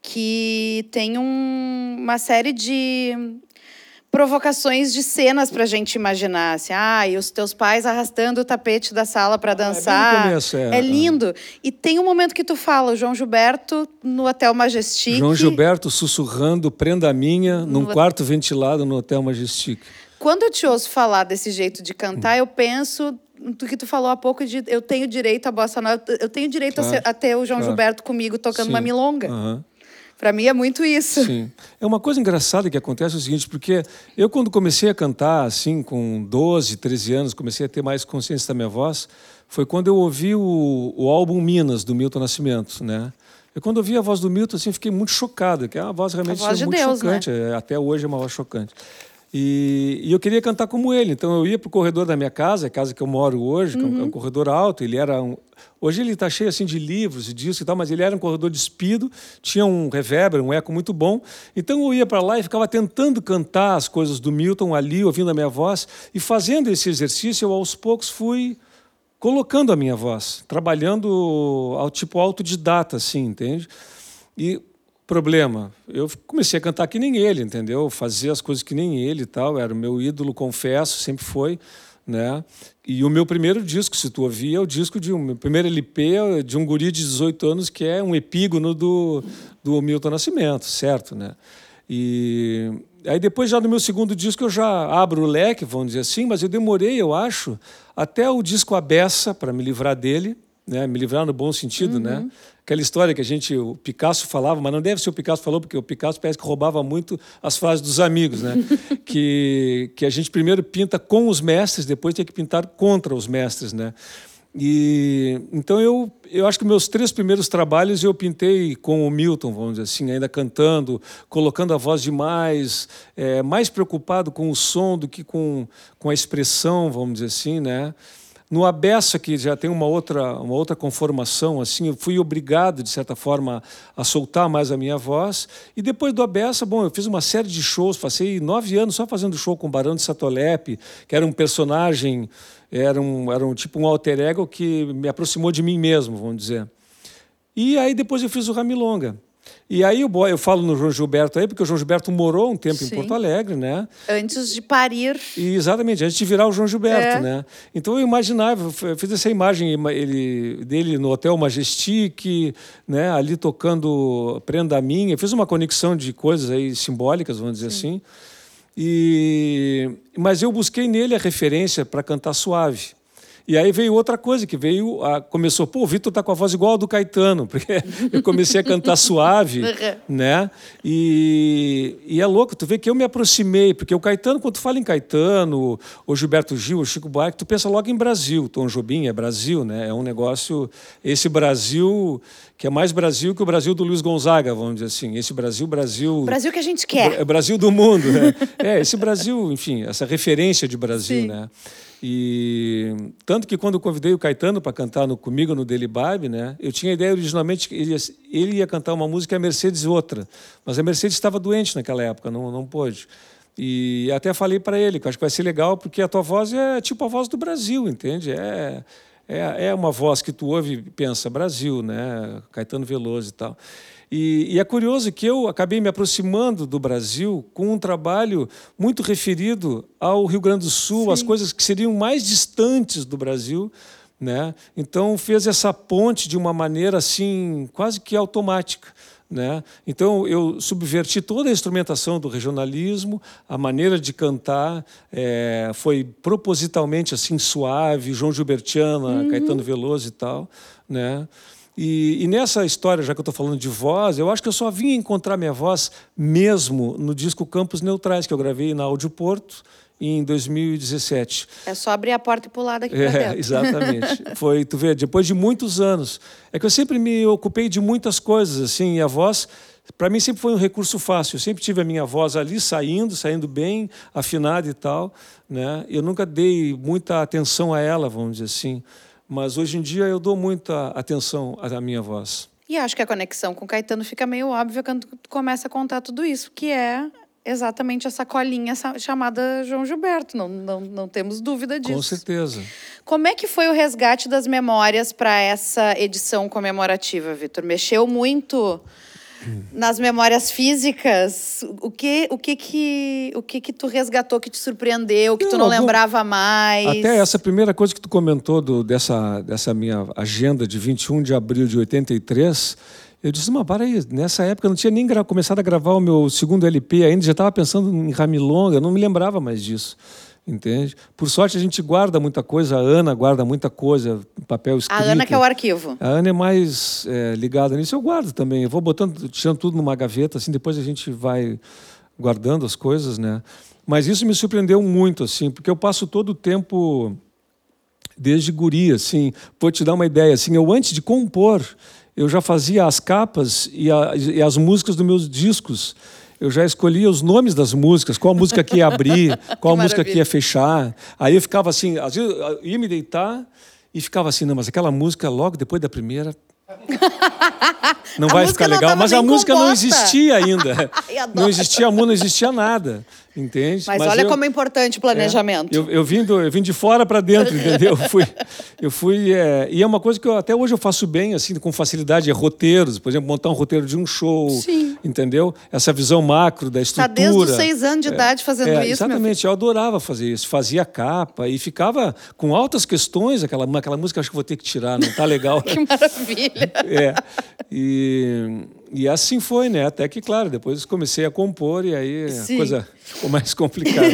que tem uma série de provocações de cenas para a gente imaginar, assim, e os teus pais arrastando o tapete da sala para dançar. É bem no começo, é lindo. E tem um momento que tu fala, o João Gilberto no Hotel Majestic. João Gilberto sussurrando Prenda Minha num quarto ventilado no Hotel Majestic. Quando eu te ouço falar desse jeito de cantar, eu penso do que tu falou há pouco de eu tenho direito à bossa nova, eu tenho direito a ter o João Gilberto comigo tocando uma milonga. Para mim é muito isso. Sim. É uma coisa engraçada que acontece o seguinte, porque eu quando comecei a cantar, assim, com 12, 13 anos, comecei a ter mais consciência da minha voz, foi quando eu ouvi o álbum Minas, do Milton Nascimento, né? Eu quando ouvi a voz do Milton, assim, fiquei muito chocado, que é uma voz realmente voz de muito Deus, chocante, né? Até hoje é uma voz chocante. E eu queria cantar como ele, então eu ia para o corredor da minha casa, a casa que eu moro hoje, que é um corredor alto, ele era hoje ele está cheio assim de livros e discos e tal, mas ele era um corredor despido, tinha um reverber, um eco muito bom, então eu ia para lá e ficava tentando cantar as coisas do Milton ali, ouvindo a minha voz, e fazendo esse exercício, eu aos poucos fui colocando a minha voz, trabalhando ao tipo autodidata, assim, entende? E problema, eu comecei a cantar que nem ele, entendeu? Fazer as coisas que nem ele e tal, era o meu ídolo, confesso, sempre foi, né? E o meu primeiro disco, se tu ouvir, é o disco meu primeiro LP de um guri de 18 anos que é um epígono do Milton Nascimento, certo, né? E aí depois já no meu segundo disco eu já abro o leque, vamos dizer assim, mas eu demorei, eu acho, até o disco A Beça para me livrar dele, né? Me livrar no bom sentido, né? Aquela história que o Picasso falava, mas não deve ser o Picasso falou, porque o Picasso parece que roubava muito as frases dos amigos, né? que a gente primeiro pinta com os mestres, depois tem que pintar contra os mestres, né? E então eu acho que meus 3 primeiros trabalhos eu pintei com o Milton, vamos dizer assim, ainda cantando, colocando a voz demais, mais preocupado com o som do que com a expressão, vamos dizer assim, né? No A Beça, que já tem uma outra conformação, assim, eu fui obrigado, de certa forma, a soltar mais a minha voz. E depois do A Beça, bom, eu fiz uma série de shows, passei 9 anos só fazendo show com o Barão de Satolepe, que era um personagem, era tipo um alter ego que me aproximou de mim mesmo, vamos dizer. E aí depois eu fiz o Ramilonga. E aí eu falo no João Gilberto aí, porque o João Gilberto morou um tempo em Porto Alegre, né? Antes de parir. E, exatamente, antes de virar o João Gilberto, né? Então eu imaginava, eu fiz essa imagem dele no Hotel Majestic, né? Ali tocando Prenda Minha, eu fiz uma conexão de coisas aí simbólicas, vamos dizer assim. Mas eu busquei nele a referência para cantar suave. E aí veio outra coisa, que começou, o Vitor tá com a voz igual a do Caetano, porque eu comecei a cantar suave, né? E é louco, tu vê que eu me aproximei, porque o Caetano, quando tu fala em Caetano, ou Gilberto Gil, ou Chico Buarque, tu pensa logo em Brasil. Tom Jobim é Brasil, né? É um negócio, esse Brasil, que é mais Brasil que o Brasil do Luiz Gonzaga, vamos dizer assim. Esse Brasil... Brasil que a gente quer. É Brasil do mundo, né? Esse Brasil, enfim, essa referência de Brasil, né? E tanto que quando eu convidei o Caetano para cantar comigo no Daily Vibe, né, eu tinha a ideia originalmente que ele ia cantar uma música e a Mercedes outra, mas a Mercedes estava doente naquela época, não pôde. E até falei para ele que acho que vai ser legal porque a tua voz é tipo a voz do Brasil, entende? É uma voz que tu ouve e pensa Brasil, né, Caetano Veloso e tal. E é curioso que eu acabei me aproximando do Brasil com um trabalho muito referido ao Rio Grande do Sul, às coisas que seriam mais distantes do Brasil, né? Então fez essa ponte de uma maneira assim quase que automática, né? Então eu subverti toda a instrumentação do regionalismo, a maneira de cantar foi propositalmente assim suave, João Gilbertiana, Caetano Veloso e tal, né? E nessa história, já que eu estou falando de voz, eu acho que eu só vim encontrar minha voz mesmo no disco Campos Neutrais, que eu gravei na Áudio Porto em 2017. É só abrir a porta e pular daqui para dentro. Exatamente. Foi, tu vê, depois de muitos anos. É que eu sempre me ocupei de muitas coisas, assim, e a voz, para mim, sempre foi um recurso fácil. Eu sempre tive a minha voz ali saindo bem, afinada e tal, né? Eu nunca dei muita atenção a ela, vamos dizer assim. Mas hoje em dia eu dou muita atenção à minha voz. E acho que a conexão com o Caetano fica meio óbvia quando tu começa a contar tudo isso, que é exatamente essa colinha chamada João Gilberto. Não temos dúvida disso. Com certeza. Como é que foi o resgate das memórias para essa edição comemorativa, Vitor? Mexeu muito nas memórias físicas? O que tu resgatou, que te surpreendeu, que tu não lembrava mais? Até essa primeira coisa que tu comentou dessa minha agenda de 21 de abril de 83, eu disse, mas para aí, nessa época eu não tinha nem começado a gravar o meu segundo LP ainda, já estava pensando em Ramilonga, eu não me lembrava mais disso. Entende? Por sorte, a gente guarda muita coisa, a Ana guarda muita coisa, papel escrito. A Ana que é o arquivo. A Ana é mais ligada nisso, eu guardo também. Eu vou tirando tudo numa gaveta, assim, depois a gente vai guardando as coisas, né? Mas isso me surpreendeu muito, assim, porque eu passo todo o tempo, desde guri, assim, vou te dar uma ideia, assim, eu antes de compor, eu já fazia as capas e as músicas dos meus discos. Eu já escolhia os nomes das músicas, qual música que ia abrir, qual música que ia fechar. Aí eu ficava assim, às vezes eu ia me deitar e ficava assim, não, mas aquela música logo depois da primeira não vai ficar legal. Mas a música não existia ainda. Não existia amor, não existia nada. Entende? Mas olha como é importante o planejamento. Eu vim de fora para dentro, entendeu? Eu fui e é uma coisa que até hoje eu faço bem, assim, com facilidade, roteiros, por exemplo, montar um roteiro de um show, entendeu? Essa visão macro da estrutura. Está desde os 6 anos de idade fazendo isso, exatamente, eu adorava fazer isso. Fazia capa e ficava com altas questões, aquela música acho que vou ter que tirar, não tá legal. Que maravilha! E assim foi, né? Até que, claro, depois comecei a compor e aí a coisa ficou mais complicada.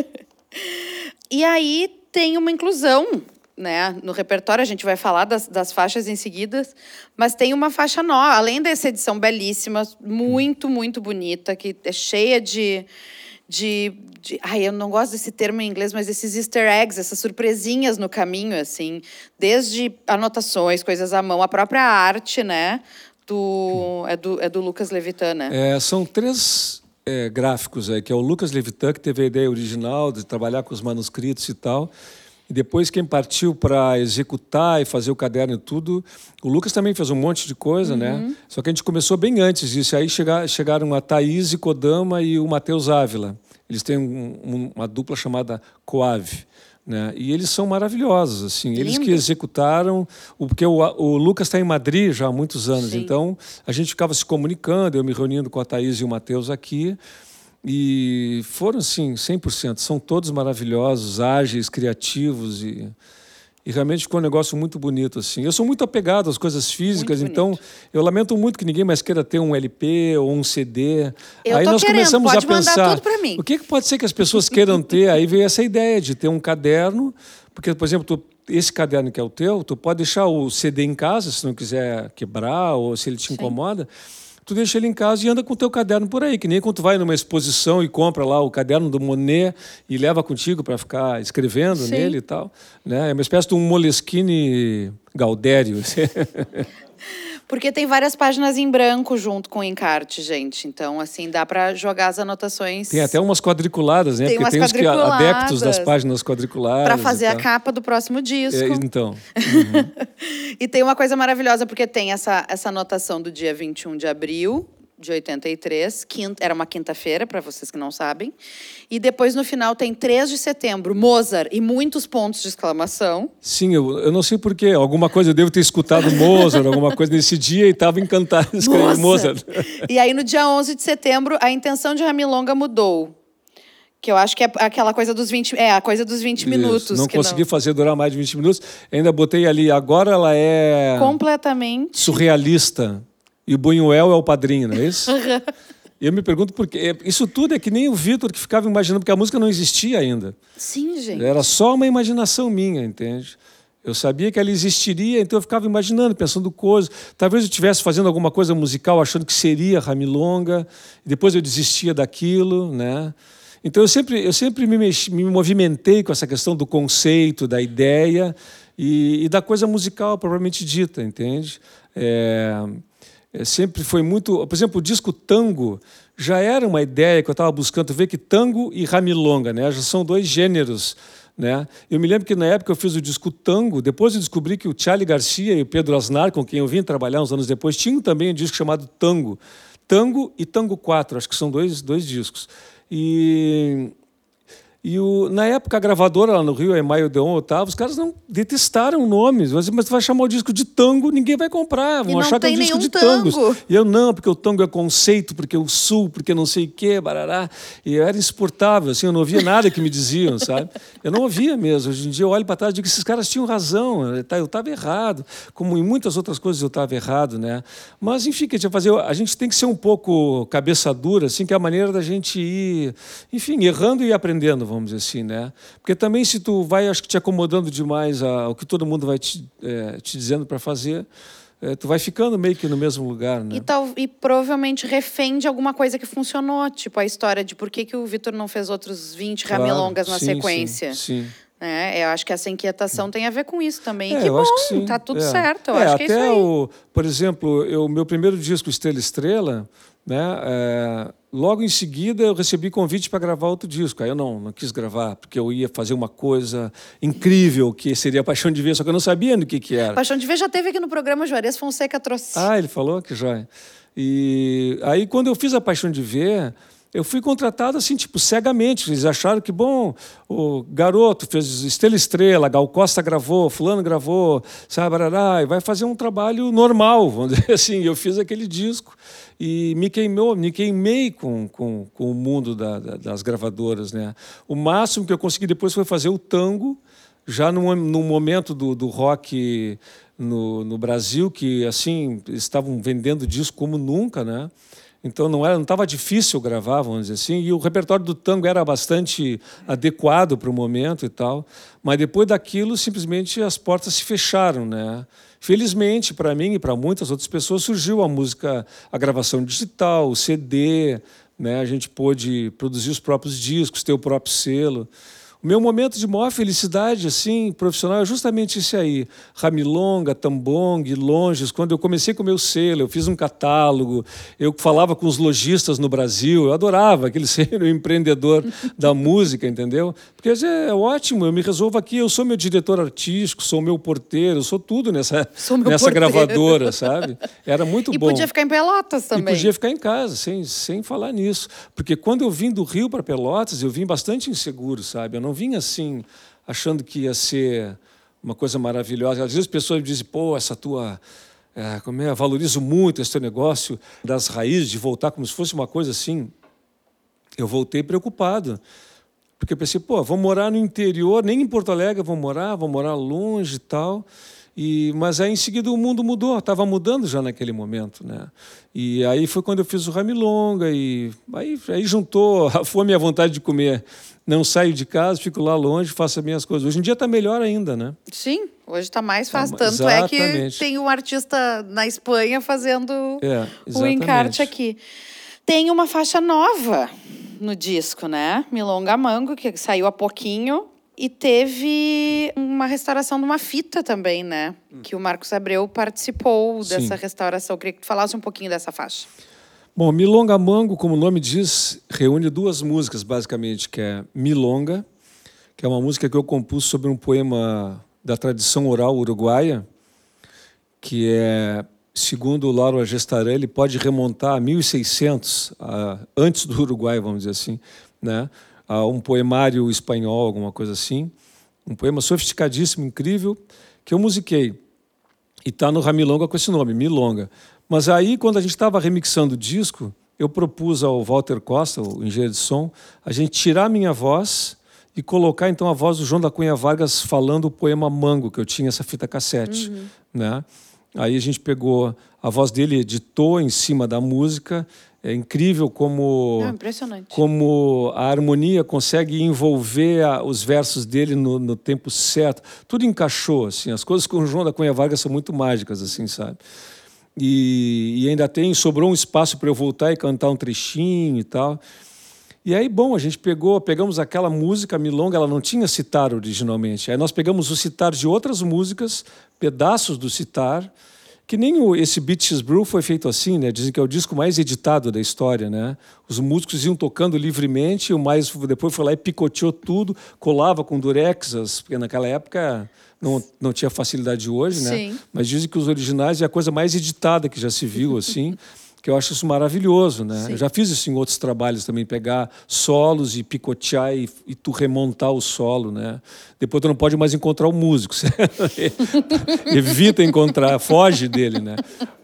E aí tem uma inclusão, né? No repertório, a gente vai falar das faixas em seguida, mas tem uma faixa nova, além dessa edição belíssima, muito, muito bonita, que é cheia de eu não gosto desse termo em inglês, mas esses easter eggs, essas surpresinhas no caminho, assim, desde anotações, coisas à mão, a própria arte, né? É do Lucas Levitan, né? São 3 gráficos aí, que é o Lucas Levitan, que teve a ideia original de trabalhar com os manuscritos e tal. E depois quem partiu para executar e fazer o caderno e tudo, o Lucas também fez um monte de coisa, né? Só que a gente começou bem antes disso. Aí chegaram a Thaís Kodama e o Matheus Ávila. Eles têm uma dupla chamada Coave, né? E eles são maravilhosos, assim. Eles que executaram, porque o Lucas está em Madrid já há muitos anos. Sim. Então a gente ficava se comunicando, eu me reunindo com a Thaís e o Matheus aqui. E foram, assim, 100%. São todos maravilhosos, ágeis, criativos e realmente ficou um negócio muito bonito, assim. Eu sou muito apegado às coisas físicas, então eu lamento muito que ninguém mais queira ter um LP ou um CD. Aí nós começamos a pensar, tudo para mim. O que pode ser que as pessoas queiram ter? Aí veio essa ideia de ter um caderno, porque, por exemplo, esse caderno que é o teu, tu pode deixar o CD em casa, se não quiser quebrar ou se ele te incomoda. Tu deixa ele em casa e anda com o teu caderno por aí, que nem quando tu vai numa exposição e compra lá o caderno do Monet e leva contigo para ficar escrevendo nele e tal. Né? É uma espécie de um Moleskine Gaudério. Porque tem várias páginas em branco junto com o encarte, gente. Então, assim, dá para jogar as anotações. Tem até umas quadriculadas, né? Tem Porque tem os adeptos das páginas quadriculadas. Para fazer a capa do próximo disco. Então. E tem uma coisa maravilhosa, porque tem essa anotação do dia 21 de abril de 83, era uma quinta-feira, para vocês que não sabem. E depois, no final, tem 3 de setembro, Mozart, e muitos pontos de exclamação. Sim, eu não sei porquê. Alguma coisa eu devo ter escutado Mozart, alguma coisa nesse dia, e estava encantado de escrever Mozart. E aí, no dia 11 de setembro, a intenção de Ramilonga mudou. Que eu acho que é aquela coisa dos 20... a coisa dos 20 minutos. Não consegui fazer durar mais de 20 minutos. Ainda botei ali, agora ela é... completamente... surrealista. E o Buñuel é o padrinho, não é isso? E eu me pergunto por quê. Isso tudo é que nem o Vitor que ficava imaginando, porque a música não existia ainda. Sim, gente. Era só uma imaginação minha, entende? Eu sabia que ela existiria, então eu ficava imaginando, pensando coisas. Talvez eu estivesse fazendo alguma coisa musical achando que seria Ramilonga, e depois eu desistia daquilo, né? Então eu sempre me movimentei com essa questão do conceito, da ideia e da coisa musical propriamente dita, entende? Sempre foi muito... Por exemplo, o disco Tango já era uma ideia que eu estava buscando ver, que tango e Ramilonga, né? Já são 2 gêneros, né? Eu me lembro que na época eu fiz o disco Tango, depois eu descobri que o Charly Garcia e o Pedro Aznar, com quem eu vim trabalhar uns anos depois, tinham também um disco chamado Tango. Tango e Tango 4, acho que são dois discos. Na época, a gravadora lá no Rio, a Emaio Deon Otávio, os caras não detestaram nomes. Mas tu vai chamar o disco de tango, ninguém vai comprar. Vão achar que é um disco de tangos. E eu, não, porque o tango é conceito, porque o sul, porque não sei o quê, barará. E eu era insuportável, assim, eu não ouvia nada que me diziam, sabe? Eu não ouvia mesmo. Hoje em dia eu olho para trás e digo que esses caras tinham razão, eu estava errado. Como em muitas outras coisas eu estava errado, né? Mas, enfim, a gente tem que ser um pouco cabeça dura, assim, que é a maneira da gente ir, enfim, errando e aprendendo, vamos dizer assim, né? Porque também se tu vai, acho que te acomodando demais ao que todo mundo vai te dizendo para fazer, tu vai ficando meio que no mesmo lugar, né? E provavelmente refém de alguma coisa que funcionou, tipo a história de por que o Vitor não fez outros 20 Ramilongas na sequência. Sim. Eu acho que essa inquietação tem a ver com isso também. Que bom, acho que sim. Tá tudo certo. Eu acho que é isso aí. Por exemplo, o meu primeiro disco, Estrela Estrela, né? Logo em seguida eu recebi convite para gravar outro disco. Aí eu não quis gravar, porque eu ia fazer uma coisa incrível, que seria Paixão de Ver, só que eu não sabia do que era. Paixão de Ver já teve aqui no programa, Juarez Fonseca trouxe. Ah, ele falou? Que joia. E aí, quando eu fiz a Paixão de Ver, eu fui contratado assim, tipo, cegamente. Eles acharam que, bom, o garoto fez Estrela Estrela, Gal Costa gravou, fulano gravou, sabe, barará, e vai fazer um trabalho normal, vamos dizer assim. Eu fiz aquele disco e me queimei com o mundo das gravadoras, né? O máximo que eu consegui depois foi fazer o tango, já no momento do rock no Brasil, que assim estavam vendendo disco como nunca, né? Então não estava difícil gravar, vamos dizer assim, e o repertório do tango era bastante adequado para o momento e tal. Mas depois daquilo, simplesmente as portas se fecharam, né? Felizmente, para mim e para muitas outras pessoas, surgiu a gravação digital, o CD, né? A gente pôde produzir os próprios discos, ter o próprio selo. O meu momento de maior felicidade assim, profissional é justamente esse aí. Ramilonga, Tambong, Longes. Quando eu comecei com o meu selo, eu fiz um catálogo, eu falava com os lojistas no Brasil, eu adorava aquele ser o empreendedor da música, entendeu? Porque é ótimo, eu me resolvo aqui, eu sou meu diretor artístico, sou meu porteiro, eu sou tudo nessa gravadora, sabe? Era muito bom. E podia ficar em Pelotas também. E podia ficar em casa, sem falar nisso. Porque quando eu vim do Rio para Pelotas, eu vim bastante inseguro, sabe? Eu não vim assim, achando que ia ser uma coisa maravilhosa. Às vezes as pessoas dizem, pô, essa tua... valorizo muito esse teu negócio das raízes, de voltar como se fosse uma coisa assim. Eu voltei preocupado. Porque eu pensei, pô, vou morar no interior, nem em Porto Alegre vou morar longe e tal. Mas aí, em seguida, o mundo mudou, estava mudando já naquele momento, né? E aí foi quando eu fiz o Ramilonga, e aí juntou a fome e a vontade de comer. Não saio de casa, fico lá longe, faço as minhas coisas. Hoje em dia está melhor ainda, né? Sim, hoje está mais fácil. Tanto exatamente. É que tem um artista na Espanha fazendo o encarte aqui. Tem uma faixa nova no disco, né? Milonga Mango, que saiu há pouquinho. E teve uma restauração de uma fita também, né? Que o Marcos Abreu participou dessa restauração. Eu queria que tu falasse um pouquinho dessa faixa. Bom, Milonga Mango, como o nome diz, reúne duas músicas, basicamente, que é Milonga, que é uma música que eu compus sobre um poema da tradição oral uruguaia, que é, segundo o Lauro Gestarã, ele pode remontar a 1600, antes do Uruguai, vamos dizer assim, né? A um poemário espanhol, alguma coisa assim. Um poema sofisticadíssimo, incrível, que eu musiquei. E está no Ramilonga com esse nome, Milonga. Mas aí, quando a gente estava remixando o disco, eu propus ao Walter Costa, o engenheiro de som, a gente tirar a minha voz e colocar, então, a voz do João da Cunha Vargas falando o poema Mango, que eu tinha essa fita cassete. Né? Aí a gente pegou a voz dele, editou em cima da música. É incrível como a harmonia consegue envolver os versos dele no tempo certo. Tudo encaixou, assim. As coisas com o João da Cunha Vargas são muito mágicas, assim, sabe? E ainda sobrou um espaço para eu voltar e cantar um trechinho e tal. E aí, bom, a gente pegamos aquela música, a Milonga, ela não tinha sitar originalmente. Aí nós pegamos o sitar de outras músicas, pedaços do sitar, que nem esse Bitches Brew foi feito assim, né? Dizem que é o disco mais editado da história, né? Os músicos iam tocando livremente, o mais depois foi lá e picoteou tudo, colava com durex, porque naquela época não tinha facilidade de hoje, né? Sim. Mas dizem que os originais é a coisa mais editada que já se viu, assim. Que eu acho isso maravilhoso, né? Sim. Eu já fiz isso em outros trabalhos também, pegar solos e picotear e tu remontar o solo, né? Depois tu não pode mais encontrar o músico. Evita encontrar, foge dele, né?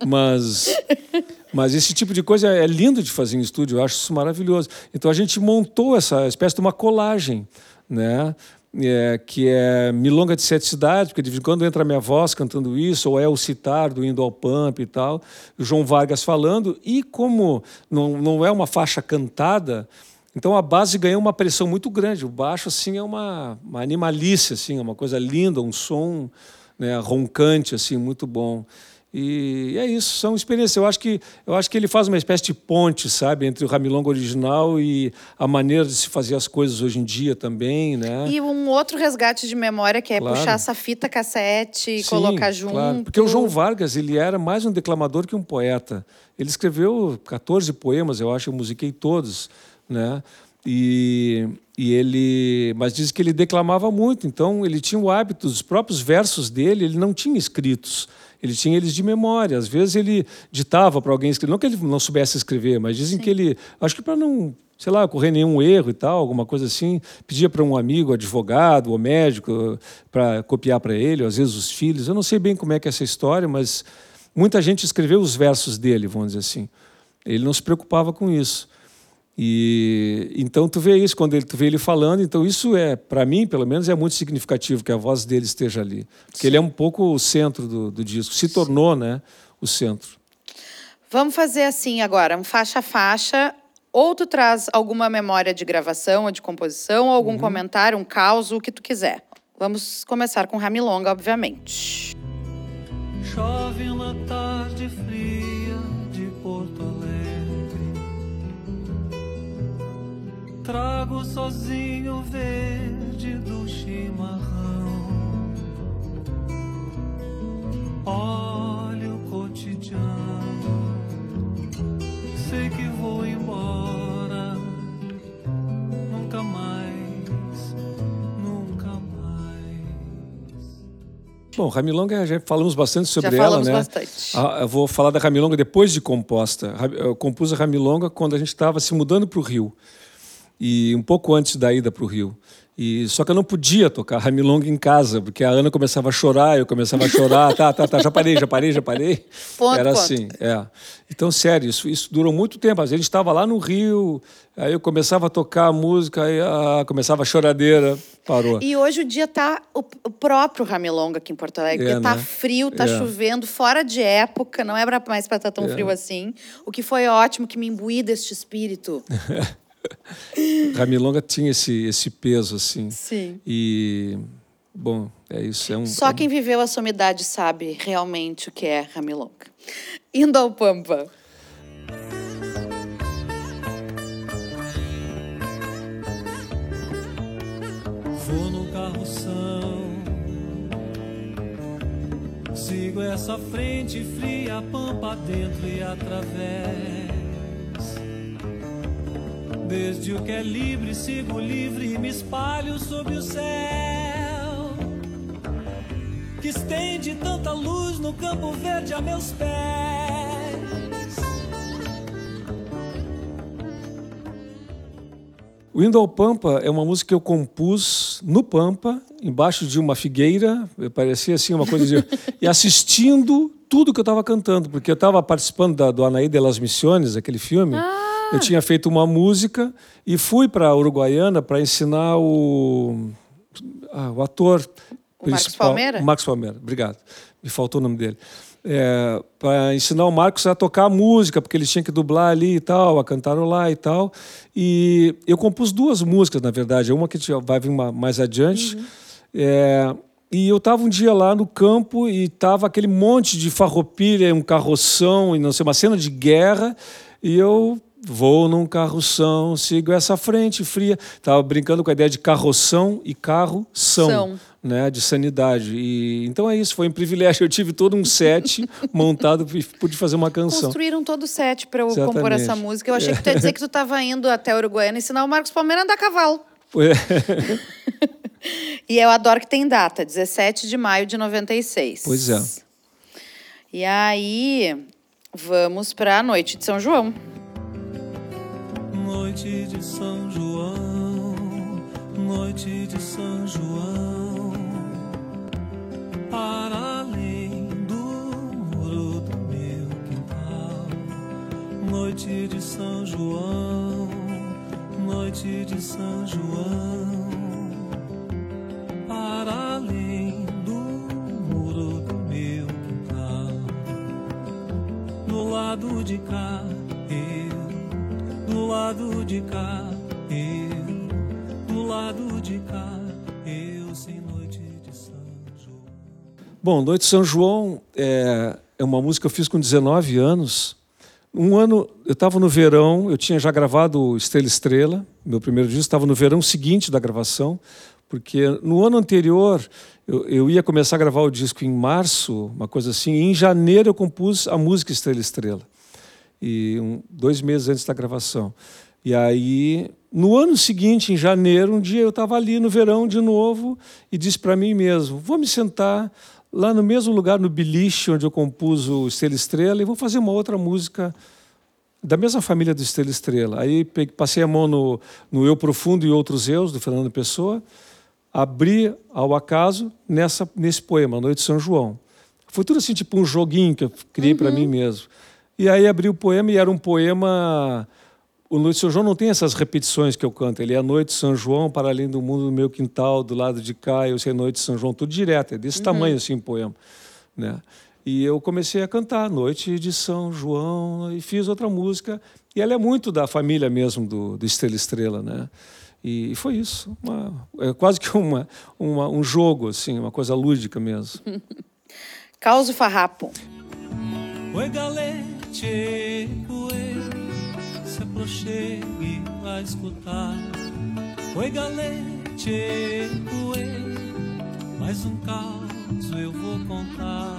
Mas esse tipo de coisa é lindo de fazer em estúdio, eu acho isso maravilhoso. Então a gente montou essa espécie de uma colagem, né? Que é Milonga de Sete Cidades, porque de vez em quando entra a minha voz cantando isso, ou é o citar do Indo ao Pump e tal, o João Vargas falando, e como não é uma faixa cantada, então a base ganhou uma pressão muito grande. O baixo assim é uma animalice, assim, é uma coisa linda, um som, né, roncante, assim, muito bom. E é isso, são experiências. Eu acho que ele faz uma espécie de ponte, sabe, entre o Ramilonga original e a maneira de se fazer as coisas hoje em dia também, né? E um outro resgate de memória que é puxar essa fita cassete e colocar junto. Claro. Porque o João Vargas, ele era mais um declamador que um poeta. Ele escreveu 14 poemas, eu acho, eu musiquei todos, né? Mas diz que ele declamava muito, então ele tinha o hábito, os próprios versos dele, ele não tinha escritos. Ele tinha eles de memória. Às vezes ele ditava para alguém escrever. Não que ele não soubesse escrever, mas dizem que ele... Acho que para não, sei lá, ocorrer nenhum erro e tal, alguma coisa assim, pedia para um amigo, advogado ou médico, para copiar para ele, ou às vezes os filhos. Eu não sei bem como é que é essa história, mas muita gente escreveu os versos dele, vamos dizer assim. Ele não se preocupava com isso. E então tu vê isso quando tu vê ele falando, então isso para mim, pelo menos, é muito significativo que a voz dele esteja ali, porque ele é um pouco o centro do disco, se tornou, né, o centro. Vamos fazer assim agora, um faixa a faixa, ou tu traz alguma memória de gravação ou de composição, ou algum comentário, um caos, o que tu quiser. Vamos começar com Ramilonga, obviamente. Chove na tarde fria de Porto Alegre. Trago sozinho o verde do chimarrão. Olho o cotidiano. Sei que vou embora. Nunca mais, nunca mais. Bom, Ramilonga, já falamos bastante sobre ela, né? Bastante. Eu vou falar da Ramilonga depois de composta. Eu compus a Ramilonga quando a gente estava se mudando para o Rio. E um pouco antes da ida para o Rio. Só que eu não podia tocar Ramilonga em casa, porque a Ana começava a chorar, eu começava a chorar, tá, já parei. Era assim, Então, sério, isso durou muito tempo. A gente estava lá no Rio, aí eu começava a tocar a música, aí começava a choradeira, parou. E hoje o dia tá o próprio Ramilonga aqui em Porto Alegre, porque tá frio, tá chovendo, fora de época, não é mais para estar tão frio assim, o que foi ótimo, que me imbuí deste espírito. Ramilonga tinha esse peso, assim. Sim. E, bom, é isso. Só quem viveu a sua idade sabe realmente o que é Ramilonga. Indo ao Pampa. Vou no carroção, sigo essa frente fria, Pampa dentro e através. Desde o que é livre, sigo livre e me espalho sobre o céu, que estende tanta luz no campo verde a meus pés. O Indo ao Pampa é uma música que eu compus no Pampa, embaixo de uma figueira, parecia assim uma coisa de... e assistindo tudo que eu estava cantando, porque eu estava participando do Anaí de las Misiones, aquele filme. Eu tinha feito uma música e fui para a Uruguaiana para ensinar o ator principal. Marcos Palmeira, obrigado. Me faltou o nome dele. Para ensinar o Marcos a tocar a música, porque ele tinha que dublar ali e tal, a cantarolar e tal. E eu compus 2 músicas, na verdade. Uma que vai vir mais adiante. E eu estava um dia lá no campo e estava aquele monte de farroupilha, um carroção, e não sei, uma cena de guerra. E eu vou num carroção, sigo essa frente fria. Estava brincando com a ideia de carroção e carro-são, né, de sanidade. E, então é isso, foi um privilégio. Eu tive todo um set montado e pude fazer uma canção. Construíram todo o set para eu compor essa música. Eu achei que tu ia dizer que tu estava indo até a Uruguaiana ensinar o Marcos Palmeira a andar a cavalo. E eu adoro que tem data, 17 de maio de 96. Pois é. E aí, vamos para a noite de São João. Noite de São João, noite de São João, para além do muro do meu quintal. Noite de São João, noite de São João, para além do muro do meu quintal. Do lado de cá, do lado de cá, do lado de cá, sem noite de São João. Bom, Noite de São João é uma música que eu fiz com 19 anos. Um ano, eu estava no verão, eu tinha já gravado Estrela Estrela, meu primeiro disco, estava no verão seguinte da gravação, porque no ano anterior eu ia começar a gravar o disco em março, uma coisa assim, e em janeiro eu compus a música Estrela Estrela. E 2 meses antes da gravação. E aí, no ano seguinte, em janeiro, um dia eu estava ali no verão de novo e disse para mim mesmo, vou me sentar lá no mesmo lugar, no beliche, onde eu compus o Estrela Estrela, e vou fazer uma outra música da mesma família do Estrela Estrela. Aí passei a mão no Eu Profundo e Outros Eus, do Fernando Pessoa, abri ao acaso nesse poema, Noite de São João. Foi tudo assim, tipo um joguinho que eu criei para mim mesmo. E aí abri o poema e era um poema... O Noite de São João não tem essas repetições que eu canto. Ele é a Noite de São João, para além do mundo do meu quintal, do lado de cá, eu sei Noite de São João, tudo direto. É desse tamanho assim o poema, né? E eu comecei a cantar Noite de São João e fiz outra música. E ela é muito da família mesmo do Estrela Estrela, né? E foi isso. É quase que um jogo, assim, uma coisa lúdica mesmo. Causo Farrapo. Oi, galete, se aproxime a escutar. Oi, galete, mais um caso eu vou contar.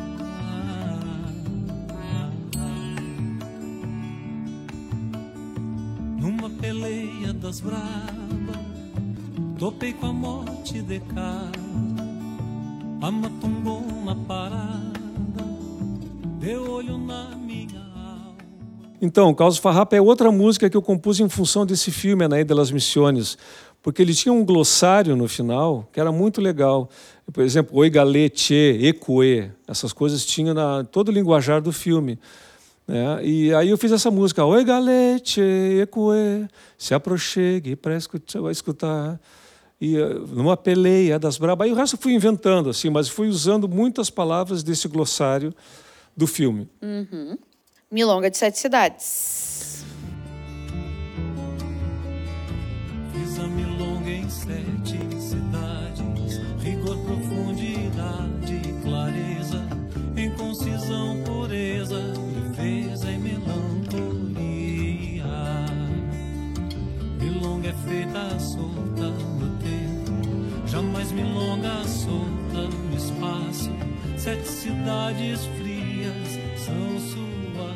Numa peleia das bravas, topei com a morte de cara. A matungona parada deu olho na minha alma. Então, Causo Farrapo é outra música que eu compus em função desse filme, Anaí de las Misiones, porque ele tinha um glossário no final que era muito legal. Por exemplo, oi galê, tchê, ecoê, essas coisas tinham todo o linguajar do filme. Né? E aí eu fiz essa música, oi galê, tchê, ecoê, se aproxegue para escutar. E numa peleia das brabas. Aí o resto eu fui inventando, assim, mas fui usando muitas palavras desse glossário do filme. Uhum. Milonga de 7 cidades. Fiz a milonga em 7 cidades, rigor, profundidade, clareza, em concisão, pureza, leveza e melancolia. Milonga é feita solta no tempo, jamais milonga solta no espaço. 7 cidades frias são sua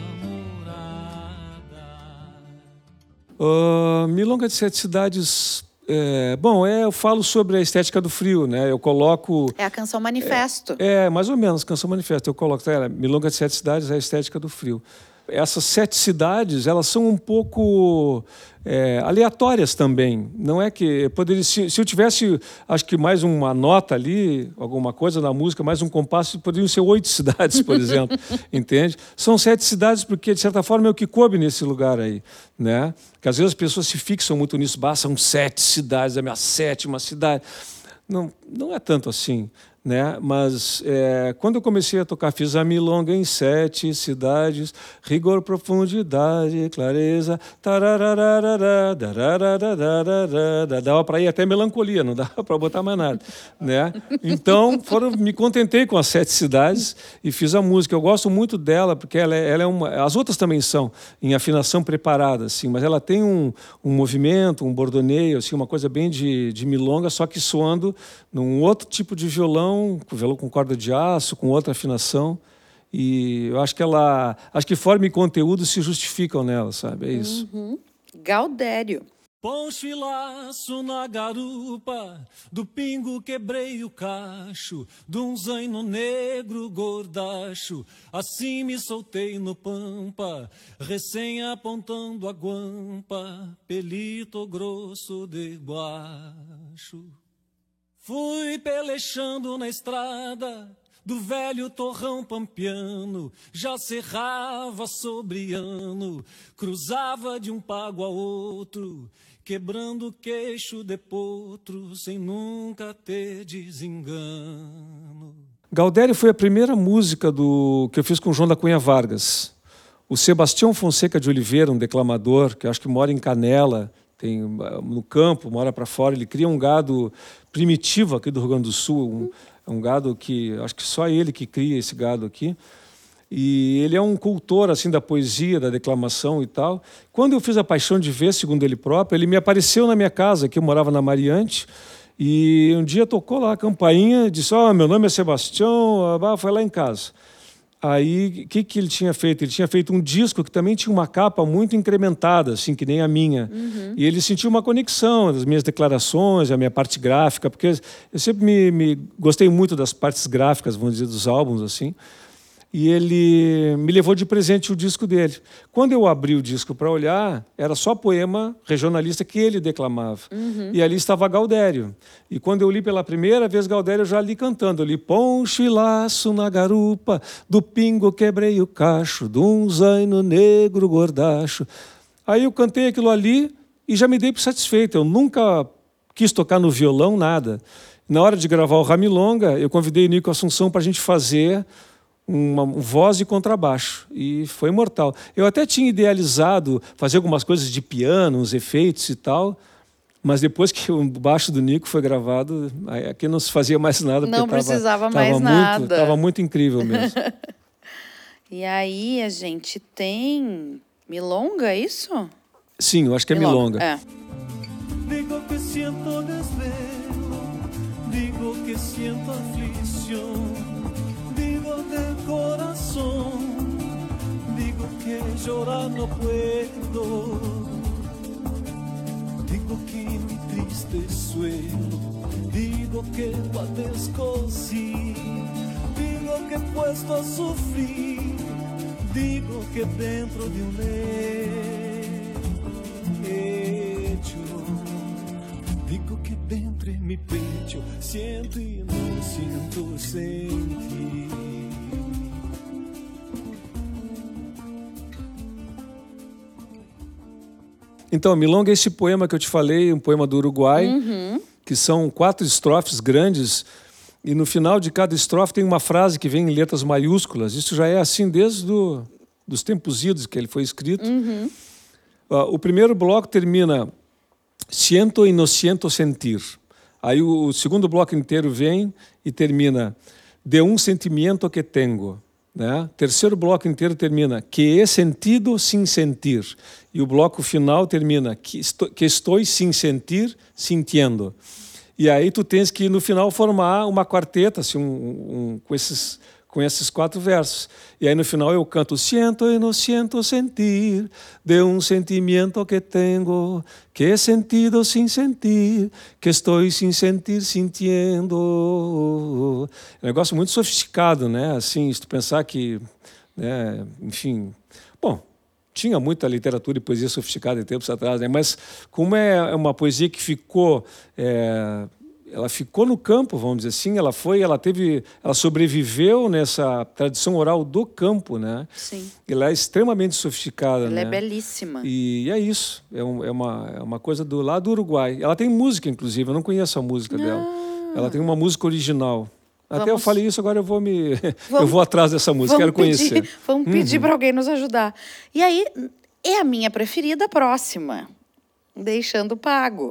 morada. Milonga de 7 cidades. Eu falo sobre a estética do frio, né? Eu coloco. É a canção manifesto. Mais ou menos, canção manifesto. Eu coloco, Milonga de 7 cidades é a estética do frio. Essas 7 cidades, elas são um pouco aleatórias também. Não é que poderia, se eu tivesse, acho que mais uma nota ali, alguma coisa na música, mais um compasso, poderiam ser 8 cidades, por exemplo, entende? São 7 cidades porque de certa forma é o que coube nesse lugar aí, né? Que às vezes as pessoas se fixam muito nisso, são 7 cidades, é a minha 7ª cidade. Não é tanto assim. Né? Mas quando eu comecei a tocar, fiz a milonga em 7 cidades, rigor, profundidade, clareza, dava para ir até melancolia, não dava para botar mais nada, né? Então me contentei com as 7 cidades e fiz a música. Eu gosto muito dela porque ela é uma. As outras também são em afinação preparada, assim, mas ela tem um movimento, um bordoneio, assim, uma coisa bem de milonga, só que soando num outro tipo de violão com corda de aço, com outra afinação. E eu acho que forma e conteúdo se justificam nela, sabe? É isso. Uhum. Gaudério. Poncho e laço na garupa, do pingo quebrei o cacho, de um zaino negro gordacho, assim me soltei no pampa, recém apontando a guampa, pelito grosso de guacho. Fui pelechando na estrada do velho torrão pampiano, já cerrava sobre ano, cruzava de um pago a outro, quebrando o queixo de potro, sem nunca ter desengano. Gaudério foi a primeira música que eu fiz com o João da Cunha Vargas. O Sebastião Fonseca de Oliveira, um declamador, que eu acho que mora em Canela, tem no campo, mora para fora, ele cria um gado primitivo aqui do Rio Grande do Sul, um gado que acho que só ele que cria esse gado aqui. E ele é um cultor assim da poesia, da declamação e tal. Quando eu fiz A Paixão de Ver, segundo ele próprio, ele me apareceu na minha casa, que eu morava na Mariante, e um dia tocou lá a campainha, disse: meu nome é Sebastião, foi lá em casa. Aí, o que ele tinha feito? Ele tinha feito um disco que também tinha uma capa muito incrementada, assim, que nem a minha. Uhum. E ele sentiu uma conexão das minhas declarações, a minha parte gráfica, porque eu sempre me gostei muito das partes gráficas, vamos dizer, dos álbuns, assim. E ele me levou de presente o disco dele. Quando eu abri o disco para olhar, era só poema regionalista que ele declamava. Uhum. E ali estava Gaudério. E quando eu li pela primeira vez Gaudério, eu já li cantando. Eu li: poncho e laço na garupa, do pingo quebrei o cacho, de um zaino negro gordacho. Aí eu cantei aquilo ali e já me dei por satisfeito. Eu nunca quis tocar no violão, nada. Na hora de gravar o Ramilonga, eu convidei o Nico Assunção para a gente fazer uma voz e contrabaixo, e foi mortal. Eu até tinha idealizado fazer algumas coisas de piano, uns efeitos e tal, mas depois que o baixo do Nico foi gravado, aqui não se fazia mais nada. Não precisava mais nada. Estava muito incrível mesmo. E aí a gente tem milonga, é isso? Sim, eu acho que é milonga. É. Digo que siento desvelo, digo que siento aflición, del corazón, digo que llorar no puedo, digo que mi triste suelo, digo que padezco sí, digo que puesto a sufrir, digo que dentro de un lecho, digo que dentro de mi pecho siento y no siento sentir. Então, a Milonga é esse poema que eu te falei, um poema do Uruguai, que são 4 estrofes grandes, e no final de cada estrofe tem uma frase que vem em letras maiúsculas. Isso já é assim desde dos tempos idos que ele foi escrito. O primeiro bloco termina siento y no siento sentir. Aí o segundo bloco inteiro vem e termina de um sentimento que tenho. Né? Terceiro bloco inteiro termina que he sentido sin sentir. E o bloco final termina que estou sin sentir, sintiendo. E aí tu tens que, no final, formar uma quarteta assim, com esses 4 versos. E aí, no final, eu canto siento y no siento sentir de um sentimento que tenho, que he sentido sin sentir, que estou sin sentir, sintiendo. É um negócio muito sofisticado, né? Assim, se tu pensar que, né, enfim... Bom, tinha muita literatura e poesia sofisticada em tempos atrás, né? Mas como é uma poesia que ficou... ela ficou no campo, vamos dizer assim, ela sobreviveu nessa tradição oral do campo, né? Sim. Ela é extremamente sofisticada, Ela né? é belíssima. E é isso, é uma coisa lá do Uruguai. Ela tem música, inclusive, eu não conheço a música dela. Ela tem uma música original. Até eu falei isso, agora eu vou atrás dessa música, quero conhecer. Vamos pedir para alguém nos ajudar. E aí, é a minha preferida próxima, Deixando Pago.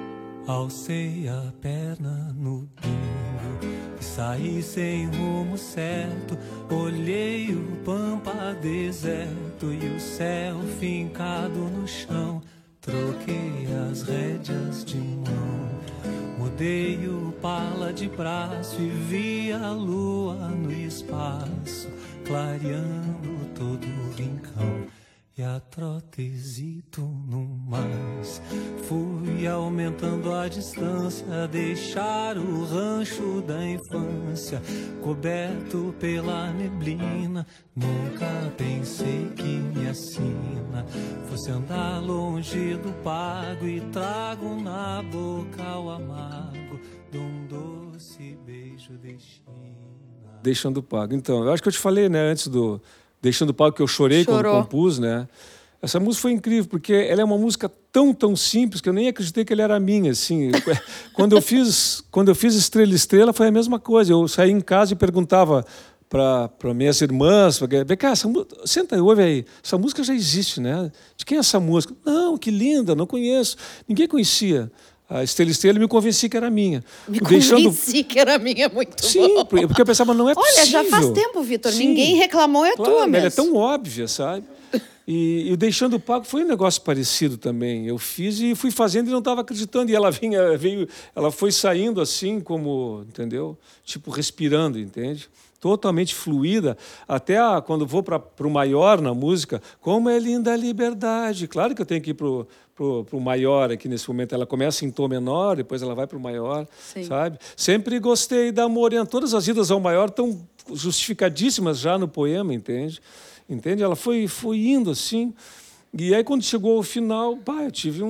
Alcei a perna no bingo e saí sem rumo certo. Olhei o pampa deserto e o céu fincado no chão. Troquei as rédeas de mão, mudei o pala de braço e vi a lua no espaço, clareando todo o rincão. E a trotezito no mais, fui aumentando a distância, deixar o rancho da infância coberto pela neblina. Nunca pensei que minha sina fosse andar longe do pago e trago na boca o amargo de um doce beijo de China. Deixando Pago. Então, eu acho que eu te falei, né, antes do Deixando Pago, que eu chorei quando compus, né? Essa música foi incrível, porque ela é uma música tão simples que eu nem acreditei que ela era minha, assim. Quando eu fiz Estrela Estrela, foi a mesma coisa. Eu saí em casa e perguntava para minhas irmãs, vem cá, senta aí, ouve aí, essa música já existe, né? De quem é essa música? Não, que linda, não conheço. Ninguém conhecia. A Estrela Estrela, me convenci que era minha. Convenci que era minha, é muito bom. Sim, porque eu pensava, não é possível. Olha, já faz tempo, Vitor, ninguém reclamou, é claro, tua mesmo. Ela é tão óbvia, sabe? E o Deixando Pago foi um negócio parecido também. Eu fiz e fui fazendo e não estava acreditando. E ela ela foi saindo assim, como, entendeu? Tipo, respirando, entende? Totalmente fluida, até quando vou para o maior na música, como é linda a liberdade. Claro que eu tenho que ir para o maior aqui nesse momento. Ela começa em tom menor, depois ela vai para o maior, sim, sabe? Sempre gostei da morena. Todas as idas ao maior estão justificadíssimas já no poema, entende? Ela foi indo assim. E aí, quando chegou ao final, eu tive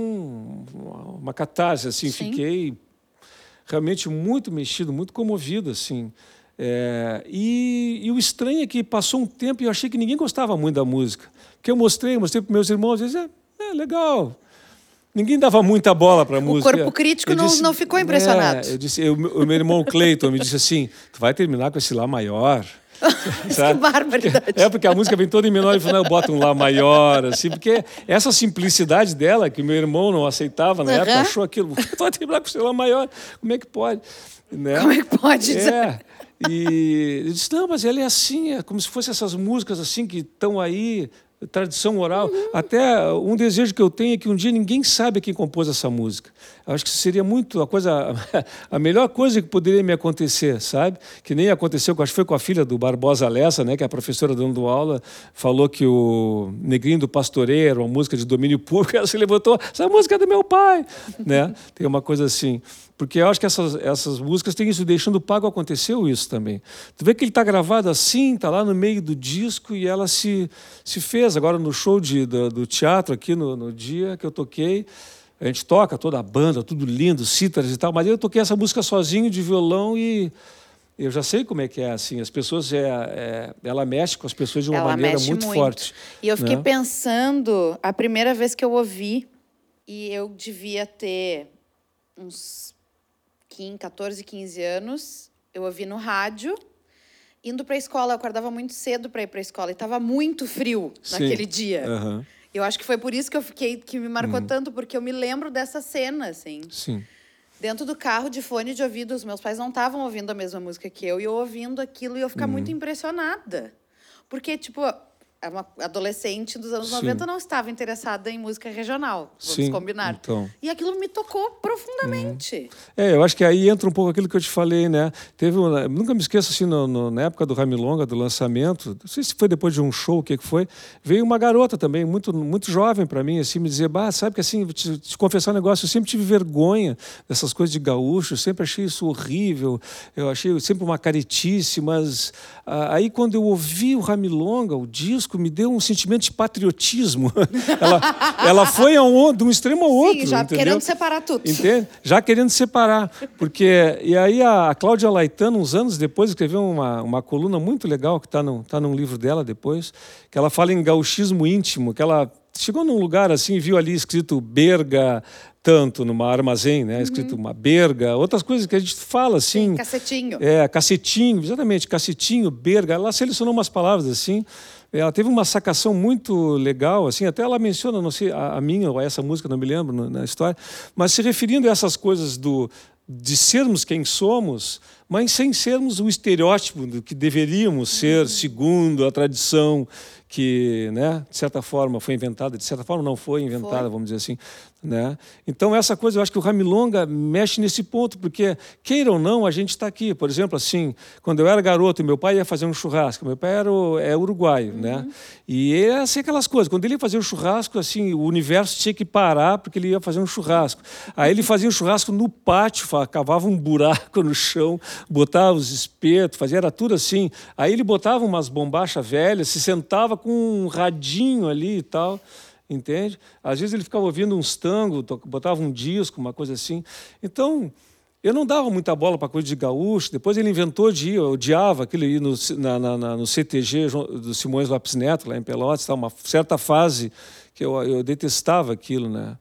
uma catarse, assim, sim, fiquei realmente muito mexido, muito comovido, assim. E o estranho é que passou um tempo e eu achei que ninguém gostava muito da música. Porque eu mostrei para meus irmãos, eles diziam, legal. Ninguém dava muita bola para a música. O corpo crítico não ficou impressionado. O meu irmão Cleiton me disse assim, tu vai terminar com esse Lá maior. Que barbaridade. Porque a música vem toda em menor e falou, eu boto um Lá maior, assim, porque essa simplicidade dela, que meu irmão não aceitava na época, achou aquilo, tu vai terminar com esse Lá maior, como é que pode? Né? Como é que pode? E eu disse, não, mas ele é assim, é como se fossem essas músicas assim que estão aí, tradição oral. Até um desejo que eu tenho é que um dia ninguém saiba quem compôs essa música. Eu acho que seria muito a melhor coisa que poderia me acontecer, sabe? Que nem aconteceu, acho que foi com a filha do Barbosa Lessa, né, que a professora dando aula falou que o Negrinho do Pastoreio era uma música de domínio público, ela se levantou, essa música é do meu pai, né? Tem uma coisa assim. Porque eu acho que essas músicas têm isso, Deixando Pago aconteceu isso também. Tu vê que ele está gravado assim, está lá no meio do disco e ela se fez. Agora no show do teatro aqui no dia que eu toquei, A gente toca toda a banda, tudo lindo, cítaras e tal, mas eu toquei essa música sozinho de violão e eu já sei como é que é, assim, as pessoas, ela mexe com as pessoas de uma maneira muito forte. E eu fiquei né? pensando, a primeira vez que eu ouvi, e eu devia ter uns 14, 15 anos, eu ouvi no rádio, indo para a escola, eu acordava muito cedo para ir para a escola, e estava muito frio naquele dia. Uhum. Eu acho que foi por isso que me marcou tanto, porque eu me lembro dessa cena, assim. Sim. Dentro do carro, de fone de ouvido, os meus pais não estavam ouvindo a mesma música que eu, e eu ouvindo aquilo, e eu ficar muito impressionada. Porque, tipo, uma adolescente dos anos 90 não estava interessada em música regional, vamos combinar. Então. E aquilo me tocou profundamente. Eu acho que aí entra um pouco aquilo que eu te falei, né? Nunca me esqueço, assim, na época do Ramilonga, do lançamento, não sei se foi depois de um show, o que foi, veio uma garota também, muito, muito jovem para mim, assim, me dizer, sabe que assim, te confessar um negócio, eu sempre tive vergonha dessas coisas de gaúcho, eu sempre achei isso horrível, eu achei sempre uma caretice, mas aí quando eu ouvi o Ramilonga, o disco, me deu um sentimento de patriotismo. ela foi de um extremo ao outro. Sim, já entendeu? querendo separar tudo. Entende? Já querendo separar. E aí a Cláudia Laitano, uns anos depois, escreveu uma coluna muito legal, que está num livro dela depois, que ela fala em gauchismo íntimo, que ela chegou num lugar assim e viu ali escrito berga, tanto, numa armazém, né? Escrito uma berga, outras coisas que a gente fala assim. Sim, cacetinho. Cacetinho, exatamente, cacetinho, berga. Ela selecionou umas palavras assim. Ela teve uma sacação muito legal, assim, até ela menciona, não sei, a minha ou essa música, não me lembro na história, mas se referindo a essas coisas de sermos quem somos, mas sem sermos o estereótipo do que deveríamos ser, segundo a tradição que, né, de certa forma foi inventada, de certa forma não foi inventada, vamos dizer assim, né? Então essa coisa, eu acho que o Ramilonga mexe nesse ponto, porque queira ou não, a gente está aqui. Por exemplo, assim, quando eu era garoto, meu pai ia fazer um churrasco, meu pai é uruguaio, né? E era assim aquelas coisas, quando ele ia fazer um churrasco, assim, o universo tinha que parar porque ele ia fazer um churrasco. Aí ele fazia um churrasco no pátio, cavava um buraco no chão, botava os espetos, era tudo assim. Aí ele botava umas bombachas velhas, se sentava com um radinho ali e tal, entende? Às vezes ele ficava ouvindo uns tangos, botava um disco, uma coisa assim. Então, eu não dava muita bola para coisa de gaúcho. Depois ele inventou de ir, eu odiava aquilo ir no CTG do Simões Lopes Neto, lá em Pelotas, tá? Uma certa fase que eu detestava aquilo, né?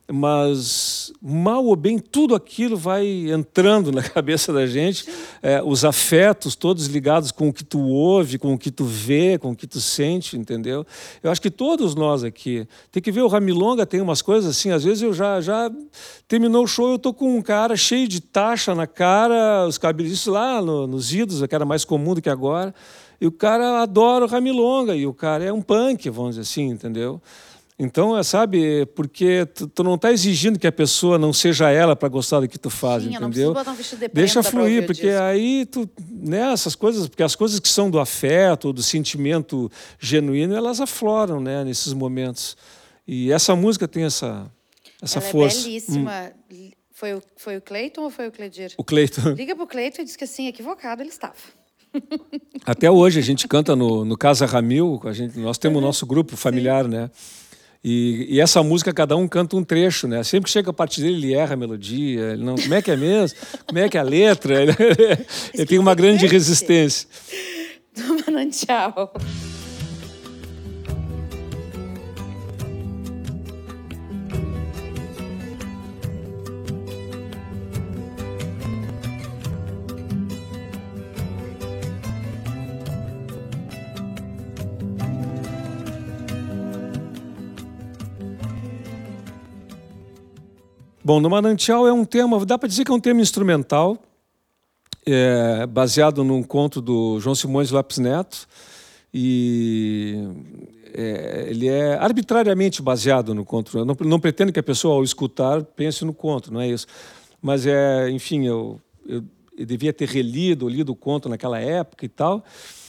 Mas, mal ou bem, tudo aquilo vai entrando na cabeça da gente, os afetos todos ligados com o que tu ouve, com o que tu vê, com o que tu sente, entendeu? Eu acho que todos nós aqui, tem que ver o Ramilonga, tem umas coisas assim, às vezes eu já terminou o show, eu tô com um cara cheio de taxa na cara, os cabelos, isso lá nos idos, que era mais comum do que agora, e o cara adora o Ramilonga, e o cara é um punk, vamos dizer assim, entendeu? Então, sabe, porque tu não está exigindo que a pessoa não seja ela para gostar do que tu faz, entendeu? Não preciso botar um vestido de prenda. Deixa fluir, porque aí essas coisas, porque as coisas que são do afeto, do sentimento genuíno, elas afloram, né, nesses momentos. E essa música tem essa força. É belíssima. Foi o Cleiton ou foi o Cledir? O Cleiton. Liga pro Cleiton e diz que assim, equivocado ele estava. Até hoje a gente canta no Casa Ramil, nós temos o nosso grupo familiar, né? E essa música, cada um canta um trecho, né? Sempre que chega a parte dele, ele erra a melodia. Ele não, como é que é mesmo? Como é que é a letra? Ele tem uma grande resistência. Do Manancial. Bom, no Manancial é um tema, dá para dizer que é um tema instrumental, baseado num conto do João Simões Lopes Neto, e ele é arbitrariamente baseado no conto. Eu não pretendo que a pessoa, ao escutar, pense no conto, não é isso. Mas, enfim, eu devia ter lido o conto naquela época e tal.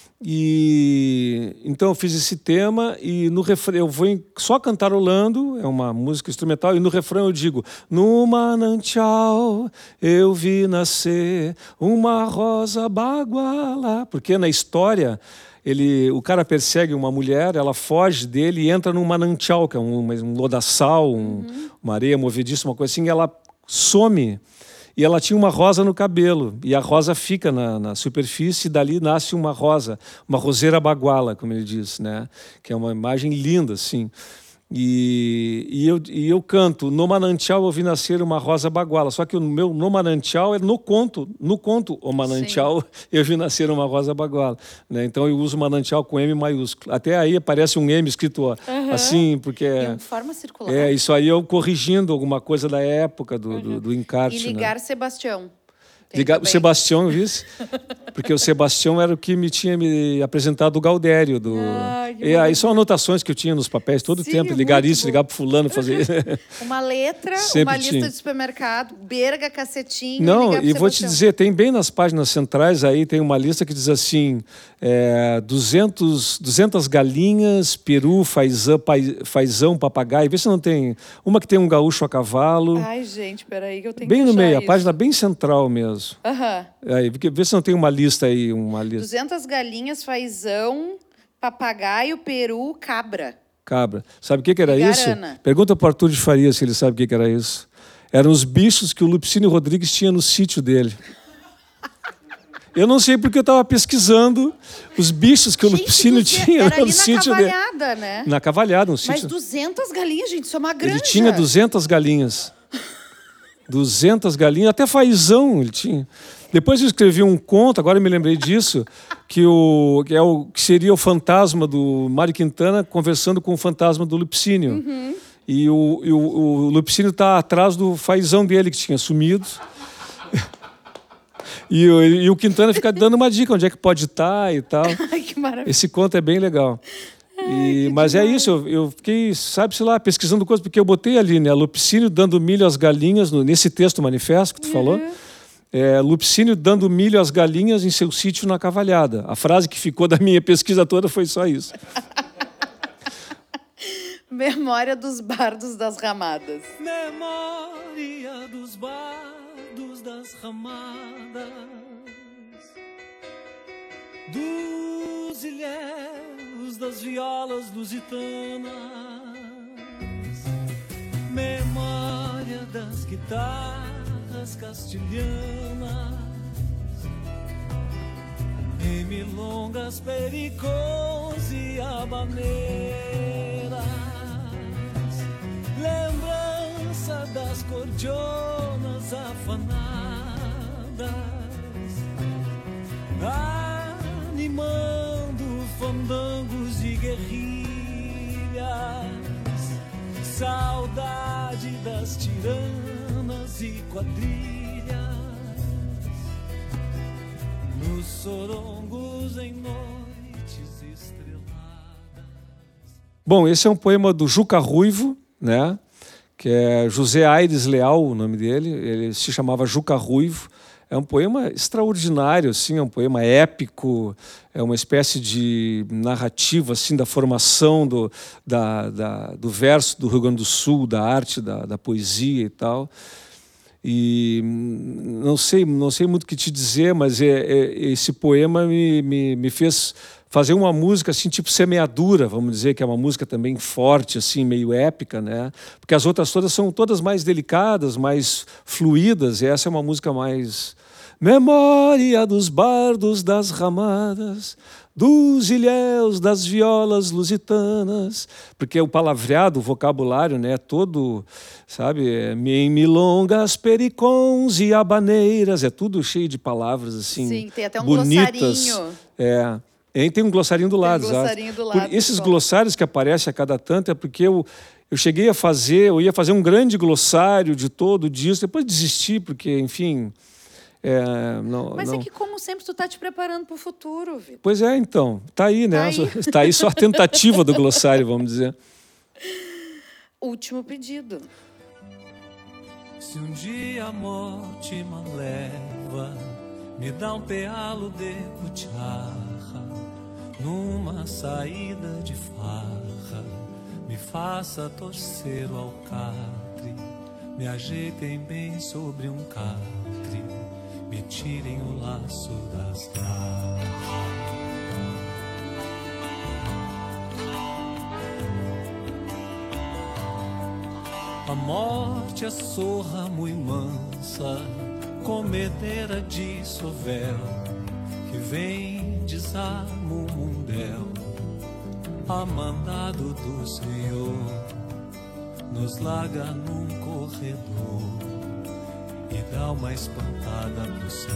E então eu fiz esse tema e no refrão eu vou só cantarolando, é uma música instrumental, e no refrão eu digo: no manancial eu vi nascer uma rosa baguala, porque na história o cara persegue uma mulher, ela foge dele e entra num manancial, que é um lodaçal, uma areia movediça, uma coisa assim, e ela some. E ela tinha uma rosa no cabelo, e a rosa fica na superfície, e dali nasce uma rosa, uma roseira baguala, como ele diz, né? Que é uma imagem linda, assim. E eu canto, no manancial eu vi nascer uma rosa baguala, só que no manancial é no conto o manancial eu vi nascer uma rosa baguala, né? Então eu uso manancial com M maiúsculo, até aí aparece um M escrito assim, porque Em forma circular. isso aí eu corrigindo alguma coisa da época do encarte. E ligar Sebastião. O Sebastião, eu vi isso? Porque o Sebastião era o que me tinha me apresentado o Gaudério. E aí são anotações que eu tinha nos papéis todo o tempo. Ligar isso, ligar pro fulano, fazer... Uma letra, Sempre uma lista de supermercado, berga, cacetinho... Não, e vou te dizer, tem bem nas páginas centrais aí, tem uma lista que diz assim, 200 galinhas, peru, fazão, papagaio. Vê se não tem... Uma que tem um gaúcho a cavalo. Ai, gente, peraí que eu tenho bem que no meio, isso. A página bem central mesmo. Aí, vê se não tem uma lista aí. 200 galinhas, fazão, papagaio, peru, cabra. Cabra. Sabe o que era isso? Garana. Pergunta para o Arthur de Faria se ele sabe o que era isso. Eram os bichos que o Lupicínio Rodrigues tinha no sítio dele. Eu não sei porque eu estava pesquisando os bichos que o Lupicínio tinha no sítio dele. Na cavalhada, né? Na cavalhada, um sítio. Mas 200 galinhas, gente, isso é uma granja. Ele tinha 200 galinhas. 200 galinhas, até fazão ele tinha. Depois eu escrevi um conto, agora eu me lembrei disso, que seria o fantasma do Mário Quintana conversando com o fantasma do Lupicínio. E o Lupicínio está atrás do fazão dele, que tinha sumido. E o Quintana fica dando uma dica, onde é que pode estar e tal. Ai, que maravilha. Esse conto é bem legal. Mas é isso, eu fiquei, sabe-se lá, pesquisando coisas, porque eu botei ali, né, Lupicínio dando milho às galinhas, nesse texto manifesto que tu falou, Lupicínio dando milho às galinhas em seu sítio na cavalhada. A frase que ficou da minha pesquisa toda foi só isso. Memória dos bardos das ramadas. Memória dos bardos das ramadas, dos ilhéus, das violas lusitanas, memória das guitarras castilhanas, em milongas, pericons e habaneiras, lembrança das cordionas afanadas, animando fandangos e guerrilhas, saudade das tiranas e quadrilhas, nos sorongos em noites estreladas. Bom, esse é um poema do Juca Ruivo, né? Que é José Aires Leal, o nome dele. Ele se chamava Juca Ruivo. É um poema extraordinário, assim, é um poema épico, é uma espécie de narrativa assim, da formação do verso do Rio Grande do Sul, da arte, da poesia e tal. E não sei muito o que te dizer, mas esse poema me fez fazer uma música assim, tipo Semeadura, vamos dizer, que é uma música também forte, assim, meio épica, né? Porque as outras todas são todas mais delicadas, mais fluídas, e essa é uma música mais... Memória dos bardos das ramadas, dos ilhéus, das violas lusitanas, porque o palavreado, o vocabulário, né, todo, sabe, em milongas, pericons e habaneiras, é tudo cheio de palavras assim, sim, tem até um bonitas. glossarinho. Tem um glossarinho do lado. Tem um glossarinho do lado. Esses glossários que aparecem a cada tanto é porque eu cheguei a fazer, eu ia fazer um grande glossário de todo disso, depois desisti, porque, enfim... Mas é que, como sempre, tu tá te preparando para o futuro, Vitor. Pois é, então. Tá aí, né? Tá aí só a tentativa do glossário, vamos dizer. Último pedido. Se um dia a morte me leva, me dá um pealo de cucharra, numa saída de farra, me faça torcer o alcatre, me ajeitem bem sobre um catre, me tirem o laço das garras. A morte é sorra muito mansa, comedeira de sovel, que vem desarma o mundel, a mandado do Senhor, nos larga num corredor e dá uma espantada pro céu.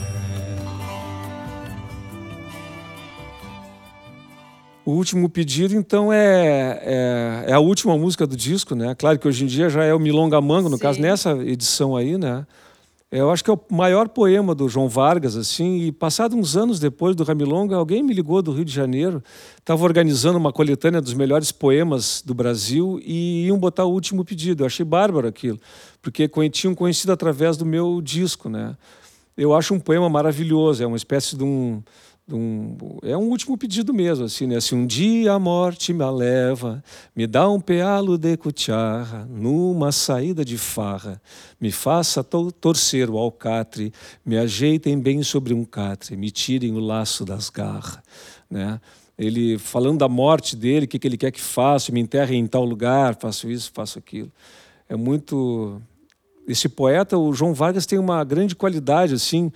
O Último Pedido, então, é a última música do disco, né? Claro que hoje em dia já é o Milonga Mango, no caso, nessa edição aí, né? Eu acho que é o maior poema do João Vargas, assim, e passado uns anos depois do Ramilonga, alguém me ligou do Rio de Janeiro, estava organizando uma coletânea dos melhores poemas do Brasil e iam botar o Último Pedido. Eu achei bárbaro aquilo, porque tinham conhecido através do meu disco, né? Eu acho um poema maravilhoso, é uma espécie de um último pedido mesmo, assim, né? Se um dia a morte me leva, me dá um pealo de cucharra, numa saída de farra, me faça torcer o alcatre, me ajeitem bem sobre um catre, me tirem o laço das garras, né? Ele falando da morte dele, o que ele quer que faça, me enterrem em tal lugar, faço isso, faço aquilo. É muito... Esse poeta, o João Vargas, tem uma grande qualidade, assim.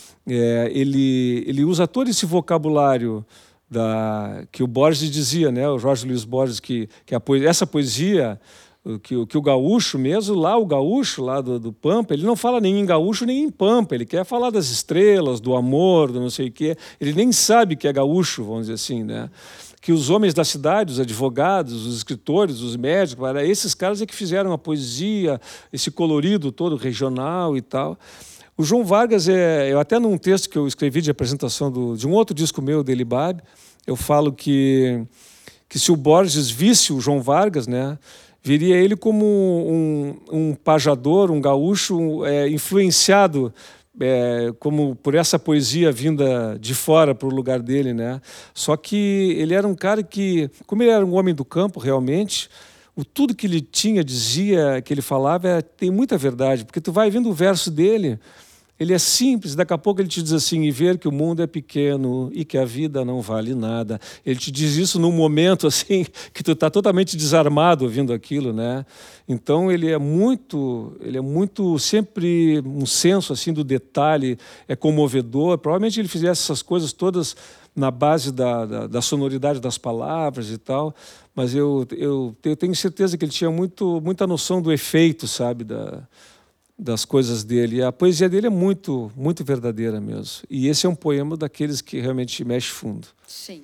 Ele usa todo esse vocabulário que o Borges dizia, né? O Jorge Luiz Borges, que essa poesia, que o gaúcho mesmo, lá o gaúcho lá do Pampa, ele não fala nem em gaúcho nem em Pampa, ele quer falar das estrelas, do amor, do não sei o quê. Ele nem sabe que é gaúcho, vamos dizer assim, né? Que os homens da cidade, os advogados, os escritores, os médicos, esses caras é que fizeram a poesia, esse colorido todo regional e tal. O João Vargas, eu até num texto que eu escrevi de apresentação de um outro disco meu, dele Bab, eu falo que se o Borges visse o João Vargas, né, viria ele como um pajador, um gaúcho influenciado como por essa poesia vinda de fora para o lugar dele, né? Só que ele era um cara que, como ele era um homem do campo realmente, tudo que ele dizia, que ele falava, tem muita verdade, porque tu vai vendo o verso dele, ele é simples, daqui a pouco ele te diz assim, e ver que o mundo é pequeno e que a vida não vale nada. Ele te diz isso num momento assim que tu está totalmente desarmado ouvindo aquilo, né? Então ele é muito sempre um senso assim do detalhe, é comovedor. Provavelmente ele fizesse essas coisas todas na base da sonoridade das palavras e tal, mas eu tenho certeza que ele tinha muita noção do efeito, sabe, das coisas dele. E a poesia dele é muito, muito verdadeira mesmo. E esse é um poema daqueles que realmente mexe fundo. Sim.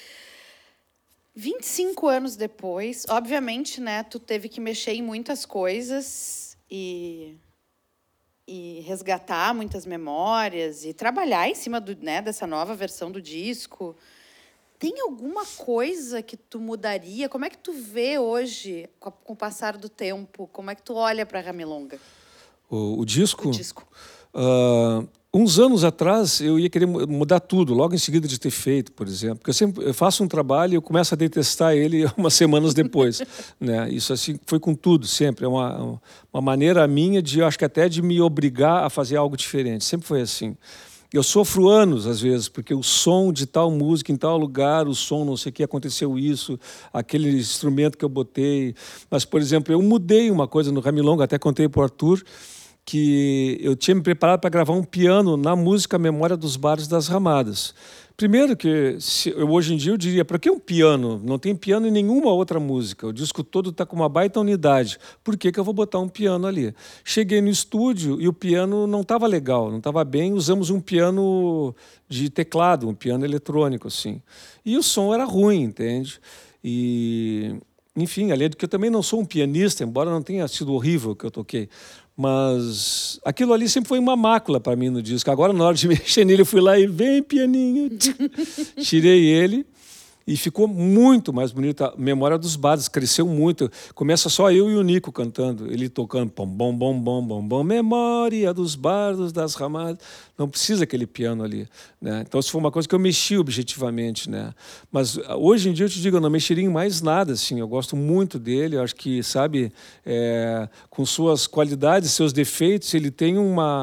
25 anos depois, obviamente, né, tu teve que mexer em muitas coisas e resgatar muitas memórias e trabalhar em cima dessa nova versão do disco. Tem alguma coisa que tu mudaria? Como é que tu vê hoje, com o passar do tempo? Como é que tu olha para a Ramilonga? O disco? O disco. Uns anos atrás, eu ia querer mudar tudo, logo em seguida de ter feito, por exemplo. Porque eu faço um trabalho e eu começo a detestar ele umas semanas depois. Né? Isso assim foi com tudo, sempre. É uma maneira minha, acho que até de me obrigar a fazer algo diferente. Sempre foi assim. Eu sofro anos, às vezes, porque o som de tal música, em tal lugar, o som, não sei o que, aconteceu isso, aquele instrumento que eu botei. Mas, por exemplo, eu mudei uma coisa no Ramilonga, até contei para o Arthur, que eu tinha me preparado para gravar um piano na música Memória dos Bares das Ramadas. Primeiro que, hoje em dia, eu diria, para que um piano? Não tem piano em nenhuma outra música. O disco todo está com uma baita unidade. Por que eu vou botar um piano ali? Cheguei no estúdio e o piano não estava legal, não estava bem. Usamos um piano de teclado, um piano eletrônico, assim. E o som era ruim, entende? E, enfim, além do que eu também não sou um pianista, embora não tenha sido horrível o que eu toquei. Mas aquilo ali sempre foi uma mácula para mim no disco. Agora, na hora de mexer nele, eu fui lá e vem, pianinho. Tirei ele e ficou muito mais bonito. A Memória dos Bares cresceu muito. Começa só eu e o Nico cantando. Ele tocando bom, bom, bom, bom, bom, bom. Memória dos Bardos das Ramadas. Não precisa aquele piano ali, né? Então, isso foi uma coisa que eu mexi objetivamente, né? Mas hoje em dia eu te digo, eu não mexeria em mais nada, assim. Eu gosto muito dele. Eu acho que, sabe, com suas qualidades, seus defeitos, ele tem uma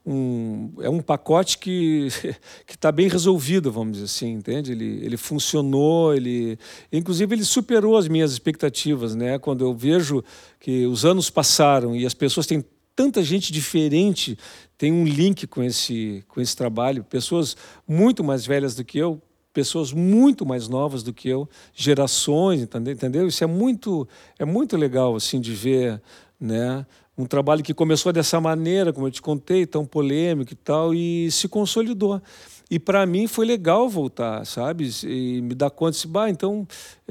é um pacote que está bem resolvido, vamos dizer assim, entende? Ele funcionou, inclusive ele superou as minhas expectativas, né? Quando eu vejo que os anos passaram e as pessoas têm tanta gente diferente, tem um link com esse trabalho, pessoas muito mais velhas do que eu, pessoas muito mais novas do que eu, gerações, entendeu? Isso é muito legal assim de ver, né? Um trabalho que começou dessa maneira, como eu te contei, tão polêmico e tal, e se consolidou. E para mim foi legal voltar, sabe? E me dar conta, então,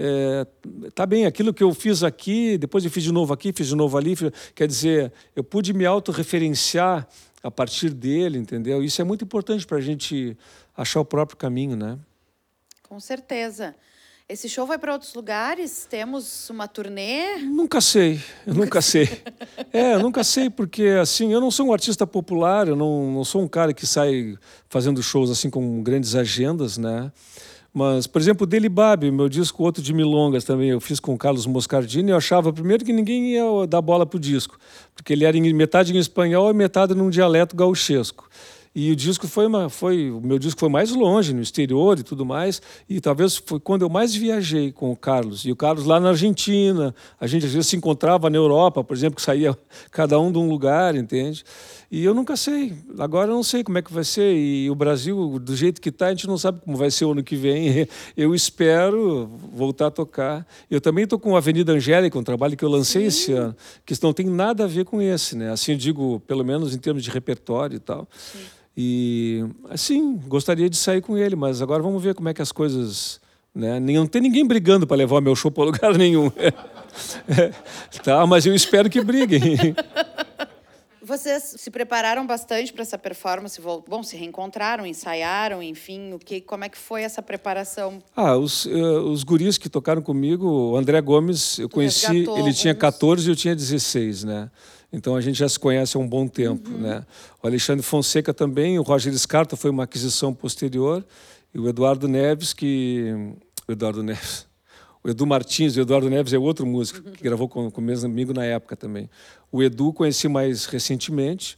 tá bem, aquilo que eu fiz aqui, depois eu fiz de novo aqui, fiz de novo ali, quer dizer, eu pude me autorreferenciar a partir dele, entendeu? Isso é muito importante para a gente achar o próprio caminho, né? Com certeza. Esse show vai para outros lugares? Temos uma turnê? Nunca sei, eu nunca sei. Eu nunca sei, porque assim, eu não sou um artista popular, eu não sou um cara que sai fazendo shows assim com grandes agendas, né? Mas, por exemplo, o Delibab, meu disco Outro de Milongas também, eu fiz com o Carlos Moscardini, eu achava primeiro que ninguém ia dar bola pro disco, porque ele era metade em espanhol e metade num dialeto gauchesco. E o disco o meu disco foi mais longe, no exterior e tudo mais, e talvez foi quando eu mais viajei com o Carlos. E o Carlos lá na Argentina, a gente às vezes se encontrava na Europa, por exemplo, que saía cada um de um lugar, entende? E eu nunca sei, agora eu não sei como é que vai ser, e o Brasil, do jeito que está, a gente não sabe como vai ser o ano que vem. Eu espero voltar a tocar. Eu também estou com a Avenida Angélica, um trabalho que eu lancei esse ano, que não tem nada a ver com esse, né? Assim eu digo, pelo menos em termos de repertório e tal. Sim. E, assim, gostaria de sair com ele, mas agora vamos ver como é que as coisas... Né? Não tem ninguém brigando para levar meu show para lugar nenhum. Tá, mas eu espero que briguem. Vocês se prepararam bastante para essa performance? Bom, se reencontraram, ensaiaram, enfim, como é que foi essa preparação? Os guris que tocaram comigo, o André Gomes, eu conheci, ele tinha 14 e eu tinha 16, né? Então a gente já se conhece há um bom tempo, né? O Alexandre Fonseca também, o Roger Scarta foi uma aquisição posterior, e o Eduardo Neves, o Edu Martins, o Eduardo Neves é outro músico que gravou com o mesmo amigo na época também. O Edu conheci mais recentemente,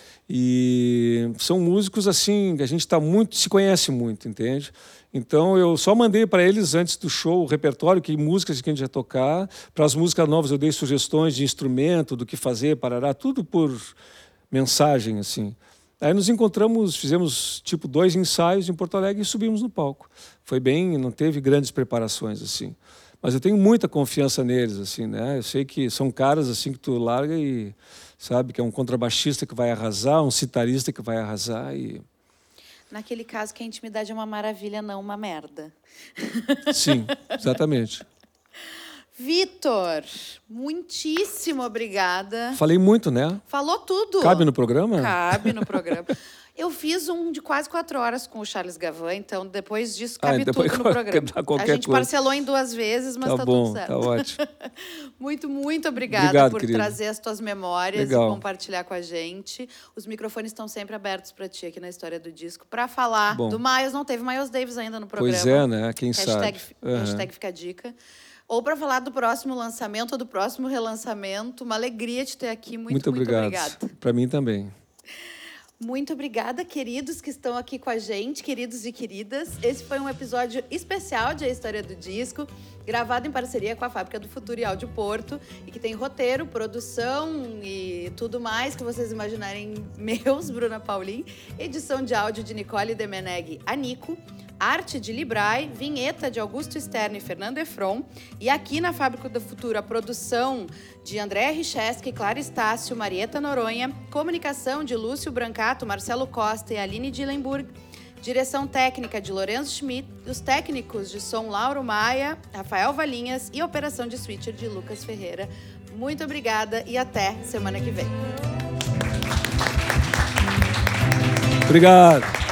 e são músicos assim que a gente se conhece muito, entende? Então eu só mandei para eles antes do show o repertório, que músicas que a gente ia tocar. Para as músicas novas eu dei sugestões de instrumento, do que fazer, parará, tudo por mensagem assim. Aí nos encontramos, fizemos tipo 2 ensaios em Porto Alegre e subimos no palco. Foi bem, não teve grandes preparações assim. Mas eu tenho muita confiança neles, assim, né? Eu sei que são caras assim que tu larga e sabe que é um contrabaixista que vai arrasar, um citarista que vai arrasar e... Naquele caso que a intimidade é uma maravilha, não uma merda. Sim, exatamente. Vitor, muitíssimo obrigada. Falei muito, né? Falou tudo. Cabe no programa? Cabe no programa. Eu fiz um de quase 4 horas com o Charles Gavan, então depois disso cabe tudo no programa. A gente parcelou em 2 vezes, mas tá tudo certo. Tá ótimo. Muito obrigada por trazer as tuas memórias e compartilhar com a gente. Os microfones estão sempre abertos para ti aqui na História do Disco para falar do Miles. Não teve Miles Davis ainda no programa. Pois é, né? Quem sabe. Hashtag fica a dica. Ou para falar do próximo lançamento ou do próximo relançamento. Uma alegria te ter aqui. Muito obrigada. Para mim também. Muito obrigada, queridos que estão aqui com a gente, queridos e queridas. Esse foi um episódio especial de A História do Disco, gravado em parceria com a Fábrica do Futuro e Áudio Porto, e que tem roteiro, produção e tudo mais que vocês imaginarem meus, Bruna Paulin, edição de áudio de Nicole Demeneg Anico, arte de Librai, vinheta de Augusto Stern e Fernando Efron, e aqui na Fábrica do Futuro a produção de André Richeski, Clara Estácio, Marieta Noronha, comunicação de Lúcio Brancato, Marcelo Costa e Aline Dillenburg, direção técnica de Lorenzo Schmidt, os técnicos de som Lauro Maia, Rafael Valinhas e operação de switcher de Lucas Ferreira. Muito obrigada e até semana que vem. Obrigado.